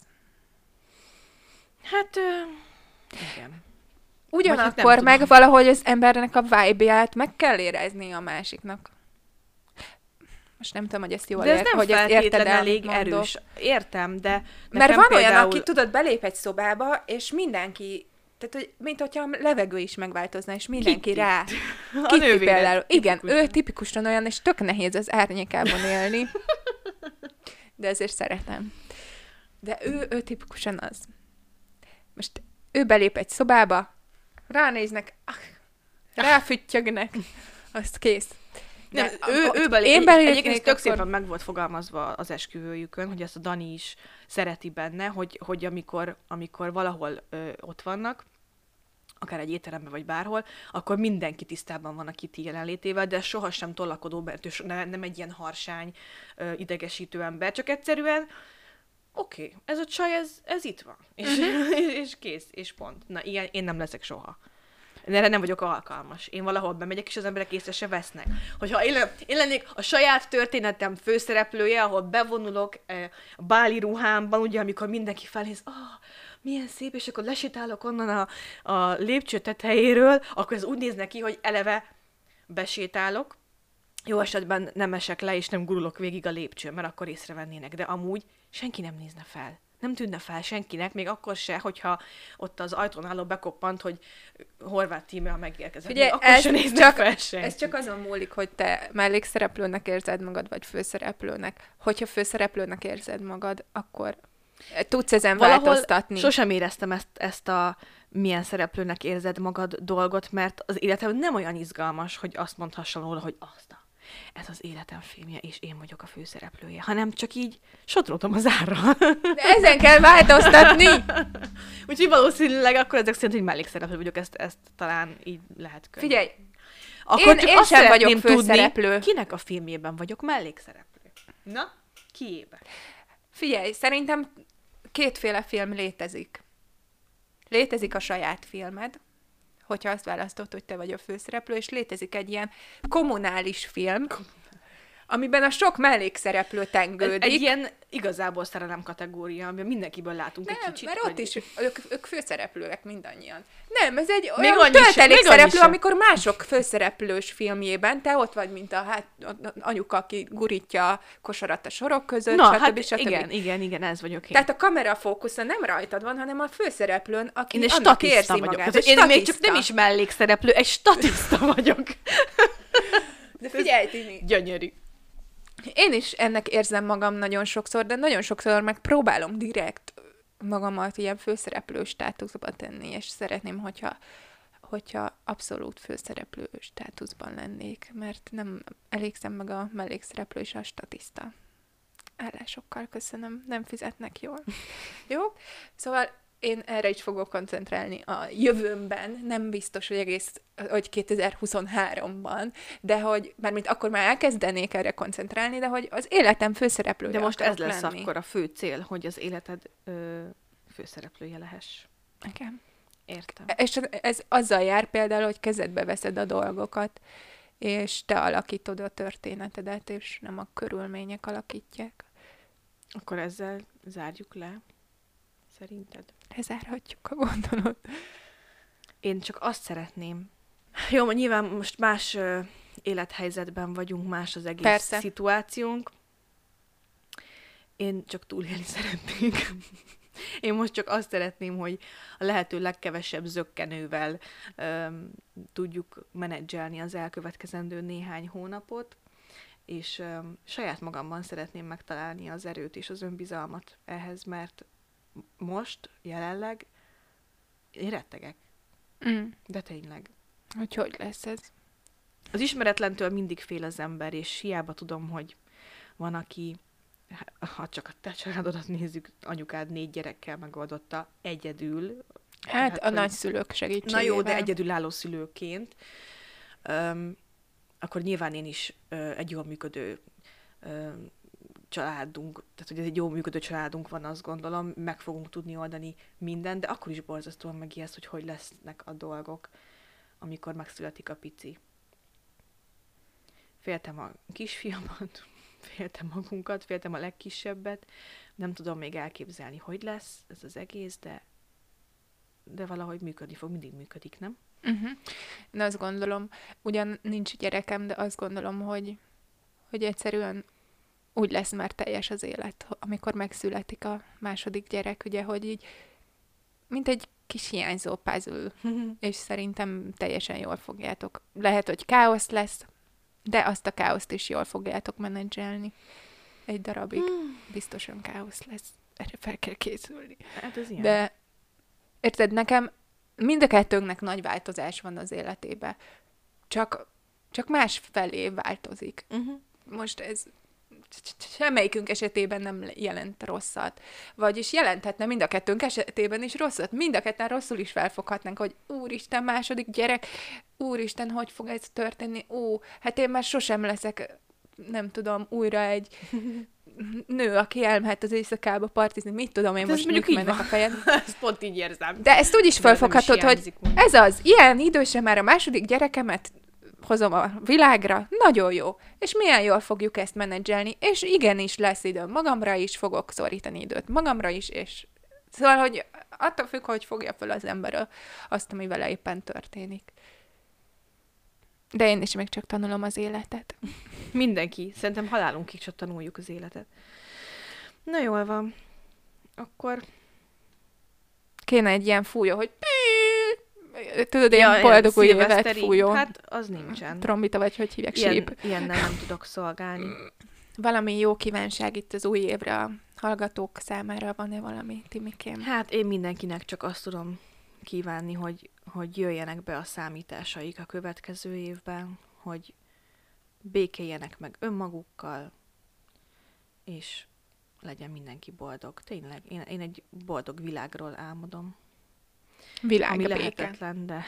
Hát, ö, igen. Ugyanakkor hát meg valahogy az embernek a vibe-ját meg kell érezni a másiknak. Most nem tudom, hogy ezt jól ér, de ez nem hogy feltétlen elég mondok. Erős. Értem, de mert van például... olyan, aki tudod, belép egy szobába, és mindenki, tehát hogy, mint hogyha a levegő is megváltozna, és mindenki Kitty. Rá. Kitty például. Igen, tipikusan. Ő tipikusan olyan, és tök nehéz az árnyékában élni. De ezért szeretem. De ő, ő tipikusan az. Most ő belép egy szobába, ránéznek, ráfüttyögnek, azt kész. Nem, De ő, ő belé, én egy, egyébként tök akkor... szépen meg volt fogalmazva az esküvőjükön, hogy ezt a Dani is szereti benne, hogy, hogy amikor, amikor valahol ö, ott vannak, akár egy étteremben vagy bárhol, akkor mindenki tisztában van a Kitty jelenlétével, de sohasem tollakodó, mert ő ne, nem egy ilyen harsány, ö, idegesítő ember, csak egyszerűen oké, okay, ez a csaj, ez, ez itt van. És, uh-huh. és kész, és pont. Na, ilyen én nem leszek soha. Erre nem vagyok alkalmas. Én valahol bemegyek, és az emberek észre se vesznek. Hogyha én, én lennék a saját történetem főszereplője, ahol bevonulok eh, a báli ruhámban, ugye, amikor mindenki felnéz, ah, oh, milyen szép, és akkor lesétálok onnan a, a lépcső tetejéről, akkor ez úgy néz neki, hogy eleve besétálok, jó esetben nem esek le, és nem gurulok végig a lépcsőn, mert akkor észrevennének, de amúgy senki nem nézne fel. Nem tűnne fel senkinek, még akkor se, hogyha ott az ajtón álló bekoppant, hogy Horváth Tímea megérkezett. Ugye, akkor se nézne csak, fel senki. Ez csak azon múlik, hogy te mellékszereplőnek érzed magad, vagy főszereplőnek. Hogyha főszereplőnek érzed magad, akkor tudsz ezen Valahol változtatni. Sosem éreztem ezt, ezt a milyen szereplőnek érzed magad dolgot, mert az életem nem olyan izgalmas, hogy azt mondhassam róla, hogy azt a, ez az életem filmje, és én vagyok a főszereplője, hanem csak így sodródom az árra. De ezen kell változtatni! Úgyhogy valószínűleg akkor ezek szerint, hogy mellékszereplő vagyok, ezt, ezt talán így lehet könnyű. Figyelj, akkor én, csak én azt sem vagyok szeretném főszereplő. Tudni, kinek a filmjében vagyok mellékszereplő. Na, kiébe? Figyelj, szerintem kétféle film létezik. Létezik a saját filmed, hogyha azt választod, hogy te vagy a főszereplő, és létezik egy ilyen kommunális film, amiben a sok mellékszereplő tengődik. Egy ilyen igazából szerelem kategória, amiben mindenkiből látunk nem, egy kicsit. mert hogy... ott is ők, ők főszereplőek mindannyian. Nem, ez egy Még olyan töltelékszereplő, sem. amikor mások főszereplős filmjében te ott vagy, mint a hát, anyuka, aki gurítja a kosarat a sorok között, Na, stb. hát stb. igen, igen, igen, ez vagyok én. Tehát a kamerafókusza nem rajtad van, hanem a főszereplőn, aki én egy annak statiszta érzi vagyok. magát. Hát, én még csak nem is mellékszereplő, egy statiszta vagyok. De figyelj, Tini! Gyönyörű. Én is ennek érzem magam nagyon sokszor, de nagyon sokszor meg próbálom direkt magamat ilyen főszereplő státuszba tenni, és szeretném, hogyha, hogyha abszolút főszereplő státuszban lennék, mert nem elégszem meg a mellékszereplő és a statiszta. Állásokkal köszönöm, nem fizetnek jól. Jó? Szóval én erre is fogok koncentrálni a jövőmben, nem biztos, hogy egész, hogy kétezer-huszonháromban, de hogy, mármint akkor már elkezdenék erre koncentrálni, de hogy az életem főszereplője De most ez akarok lesz lenni. akkor a fő cél, hogy az életed ö, főszereplője lehess. Igen. Értem. És ez azzal jár például, hogy kezedbe veszed a dolgokat, és te alakítod a történetedet, és nem a körülmények alakítják. Akkor ezzel zárjuk le, szerinted? Lezárhatjuk a gondolatot. Én csak azt szeretném. Jó, nyilván most más ö, élethelyzetben vagyunk, más az egész Persze. szituációnk. Én csak túlélni szeretnék. Én most csak azt szeretném, hogy a lehető legkevesebb zökkenővel öm, tudjuk menedzselni az elkövetkezendő néhány hónapot, és öm, saját magamban szeretném megtalálni az erőt és az önbizalmat ehhez, mert most, jelenleg én rettegek. Mm. De tényleg. Hogy hogy lesz ez? Az ismeretlentől mindig fél az ember, és hiába tudom, hogy van, aki, ha csak a te családodat nézzük, anyukád négy gyerekkel megoldotta egyedül. Hát a hogy... nagyszülők segítségével. Na jó, de egyedülálló szülőként, öm, akkor nyilván én is ö, egy jól működő ö, családunk, tehát hogy ez egy jól működő családunk van, azt gondolom, meg fogunk tudni oldani mindent, de akkor is borzasztóan megijeszt, hogy hogy lesznek a dolgok, amikor megszületik a pici. Féltem a kisfiamat, féltem magunkat, féltem a legkisebbet, nem tudom még elképzelni, hogy lesz ez az egész, de, de valahogy működni fog, mindig működik, nem? Uh-huh. Én azt gondolom, ugyan nincs gyerekem, de azt gondolom, hogy, hogy egyszerűen úgy lesz már teljes az élet, amikor megszületik a második gyerek, ugye, hogy így, mint egy kis hiányzó puzzle, és szerintem teljesen jól fogjátok. Lehet, hogy káosz lesz, de azt a káoszt is jól fogjátok menedzselni. Egy darabig biztosan káosz lesz. Erre fel kell készülni. Hát ez ilyen. De érted, nekem mind a kettőnknek nagy változás van az életébe. Csak, csak más felé változik. Uh-huh. Most ez semmelyikünk esetében nem jelent rosszat. Vagyis jelenthetne mind a kettőnk esetében is rosszat. Mind a ketten rosszul is felfoghatnánk, hogy úristen, második gyerek, úristen, hogy fog ez történni? Ó, hát én már sosem leszek, nem tudom, újra egy nő, aki elmehet az éjszakába partizni. Mit tudom én, hát most mit mennek a fejed? Ezt pont így érzem. De ezt úgy is felfoghatod, hogy ez az, ilyen idősen már a második gyerekemet hozom a világra, nagyon jó. És milyen jól fogjuk ezt menedzselni, és igenis lesz időm magamra is, fogok szorítani időt magamra is, és szóval, hogy attól függ, hogy fogja fel az ember azt, ami vele éppen történik. De én is még csak tanulom az életet. Mindenki. Szerintem halálunkig csak tanuljuk az életet. Na jól van. Akkor... Kéne egy ilyen fújó, hogy tudod, ilyen ja, boldog új évet fújó. Hát az nincsen. Trombita vagy, hogy hívják, Ilyen, síp. ilyennel nem tudok szolgálni. Valami jó kívánság itt az új évre a hallgatók számára van-e valami, Timikém? Hát én mindenkinek csak azt tudom kívánni, hogy, hogy jöjjenek be a számításaik a következő évben, hogy békéljenek meg önmagukkal, és legyen mindenki boldog. Tényleg, én, én egy boldog világról álmodom. Világ Ami a béke. lehetetlen, de...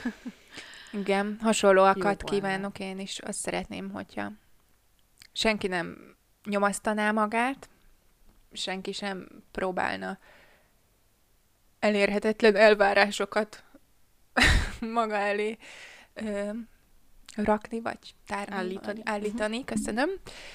Igen, hasonlóakat Jó kívánok én is. Azt szeretném, hogyha senki nem nyomasztaná magát, senki sem próbálna elérhetetlen elvárásokat maga elé ö, rakni, vagy tárni, Állítani. Vagy állítani. Köszönöm.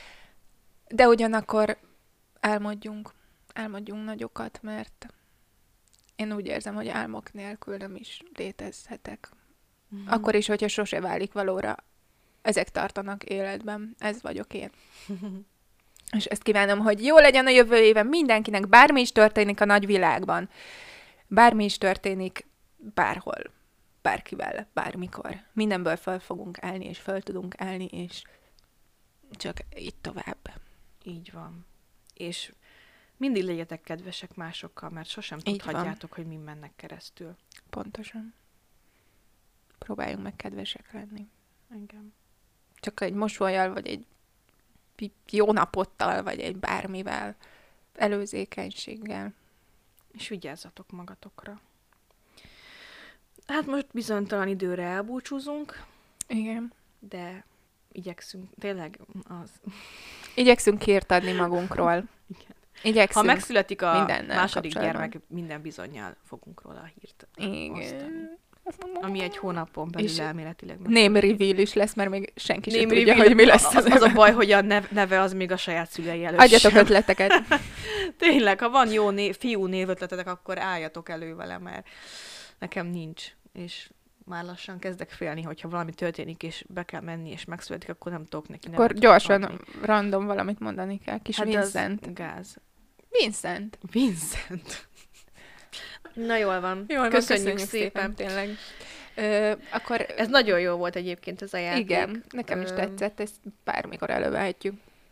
De ugyanakkor álmodjunk, álmodjunk nagyokat, mert én úgy érzem, hogy álmok nélkül nem is létezhetek. Mm-hmm. Akkor is, hogyha sose válik valóra, ezek tartanak életben. Ez vagyok én. És ezt kívánom, hogy jó legyen a jövő éven mindenkinek, bármi is történik a nagy világban. Bármi is történik, bárhol, bárkivel, bármikor. Mindenből föl fogunk állni, és föl tudunk állni, és csak így tovább. Így van. És mindig legyetek kedvesek másokkal, mert sosem Így tudhatjátok, hogy mi mennek keresztül. Pontosan. Próbáljunk meg kedvesek lenni. Engem. Csak egy mosollyal, vagy egy jó napottal, vagy egy bármivel, előzékenységgel. És vigyázzatok magatokra. Hát most bizonytalan időre elbúcsúzunk, Igen. de igyekszünk, tényleg az... Igyekszünk hírt adni magunkról. Igen. Igyekszünk. Ha megszületik a mindennel második kapcsolatban. gyermek, minden bizonnyal fogunk róla a hírt Igen. osztani. Ami egy hónapon belül És elméletileg. Name reveal is lesz, mert még senki sem Name tudja, reveal, hogy mi lesz az, az. az a baj, hogy a nev, neve az még a saját szülei előtt Adjatok sem. ötleteket. Tényleg, ha van jó név, fiú névötletetek, akkor álljatok elő vele, mert nekem nincs. És már lassan kezdek félni, hogyha valami történik, és be kell menni, és megszületik, akkor nem tudok neki Akkor nevet gyorsan adni. random valamit mondani kell. Kis Hát de Vincent. az gáz. Vincent. Vincent. Na jól van. Jól van, köszönjük, szépen. tényleg. Ö, akkor Ez nagyon jó volt egyébként ez a játék. igen, nekem is Ö, tetszett, ezt bármikor elővehetjük.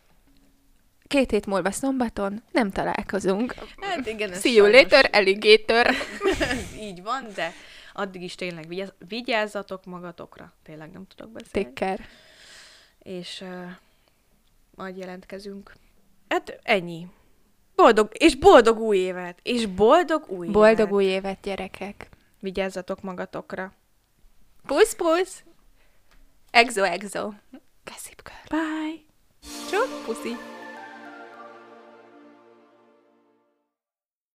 Két hét múlva szombaton nem találkozunk. Hát igen, ez See you sajnos- later, alligator. Ez így van, de addig is tényleg vigyáz, vigyázzatok magatokra. Tényleg nem tudok beszélni. Take care. És uh, majd jelentkezünk. Hát ennyi. Boldog, és boldog új évet! És boldog új Boldog évet! új évet, gyerekek. Vigyázzatok magatokra. Pusz, pusz. Exo, exo. Gossip girl. Bye! Csók, puszi.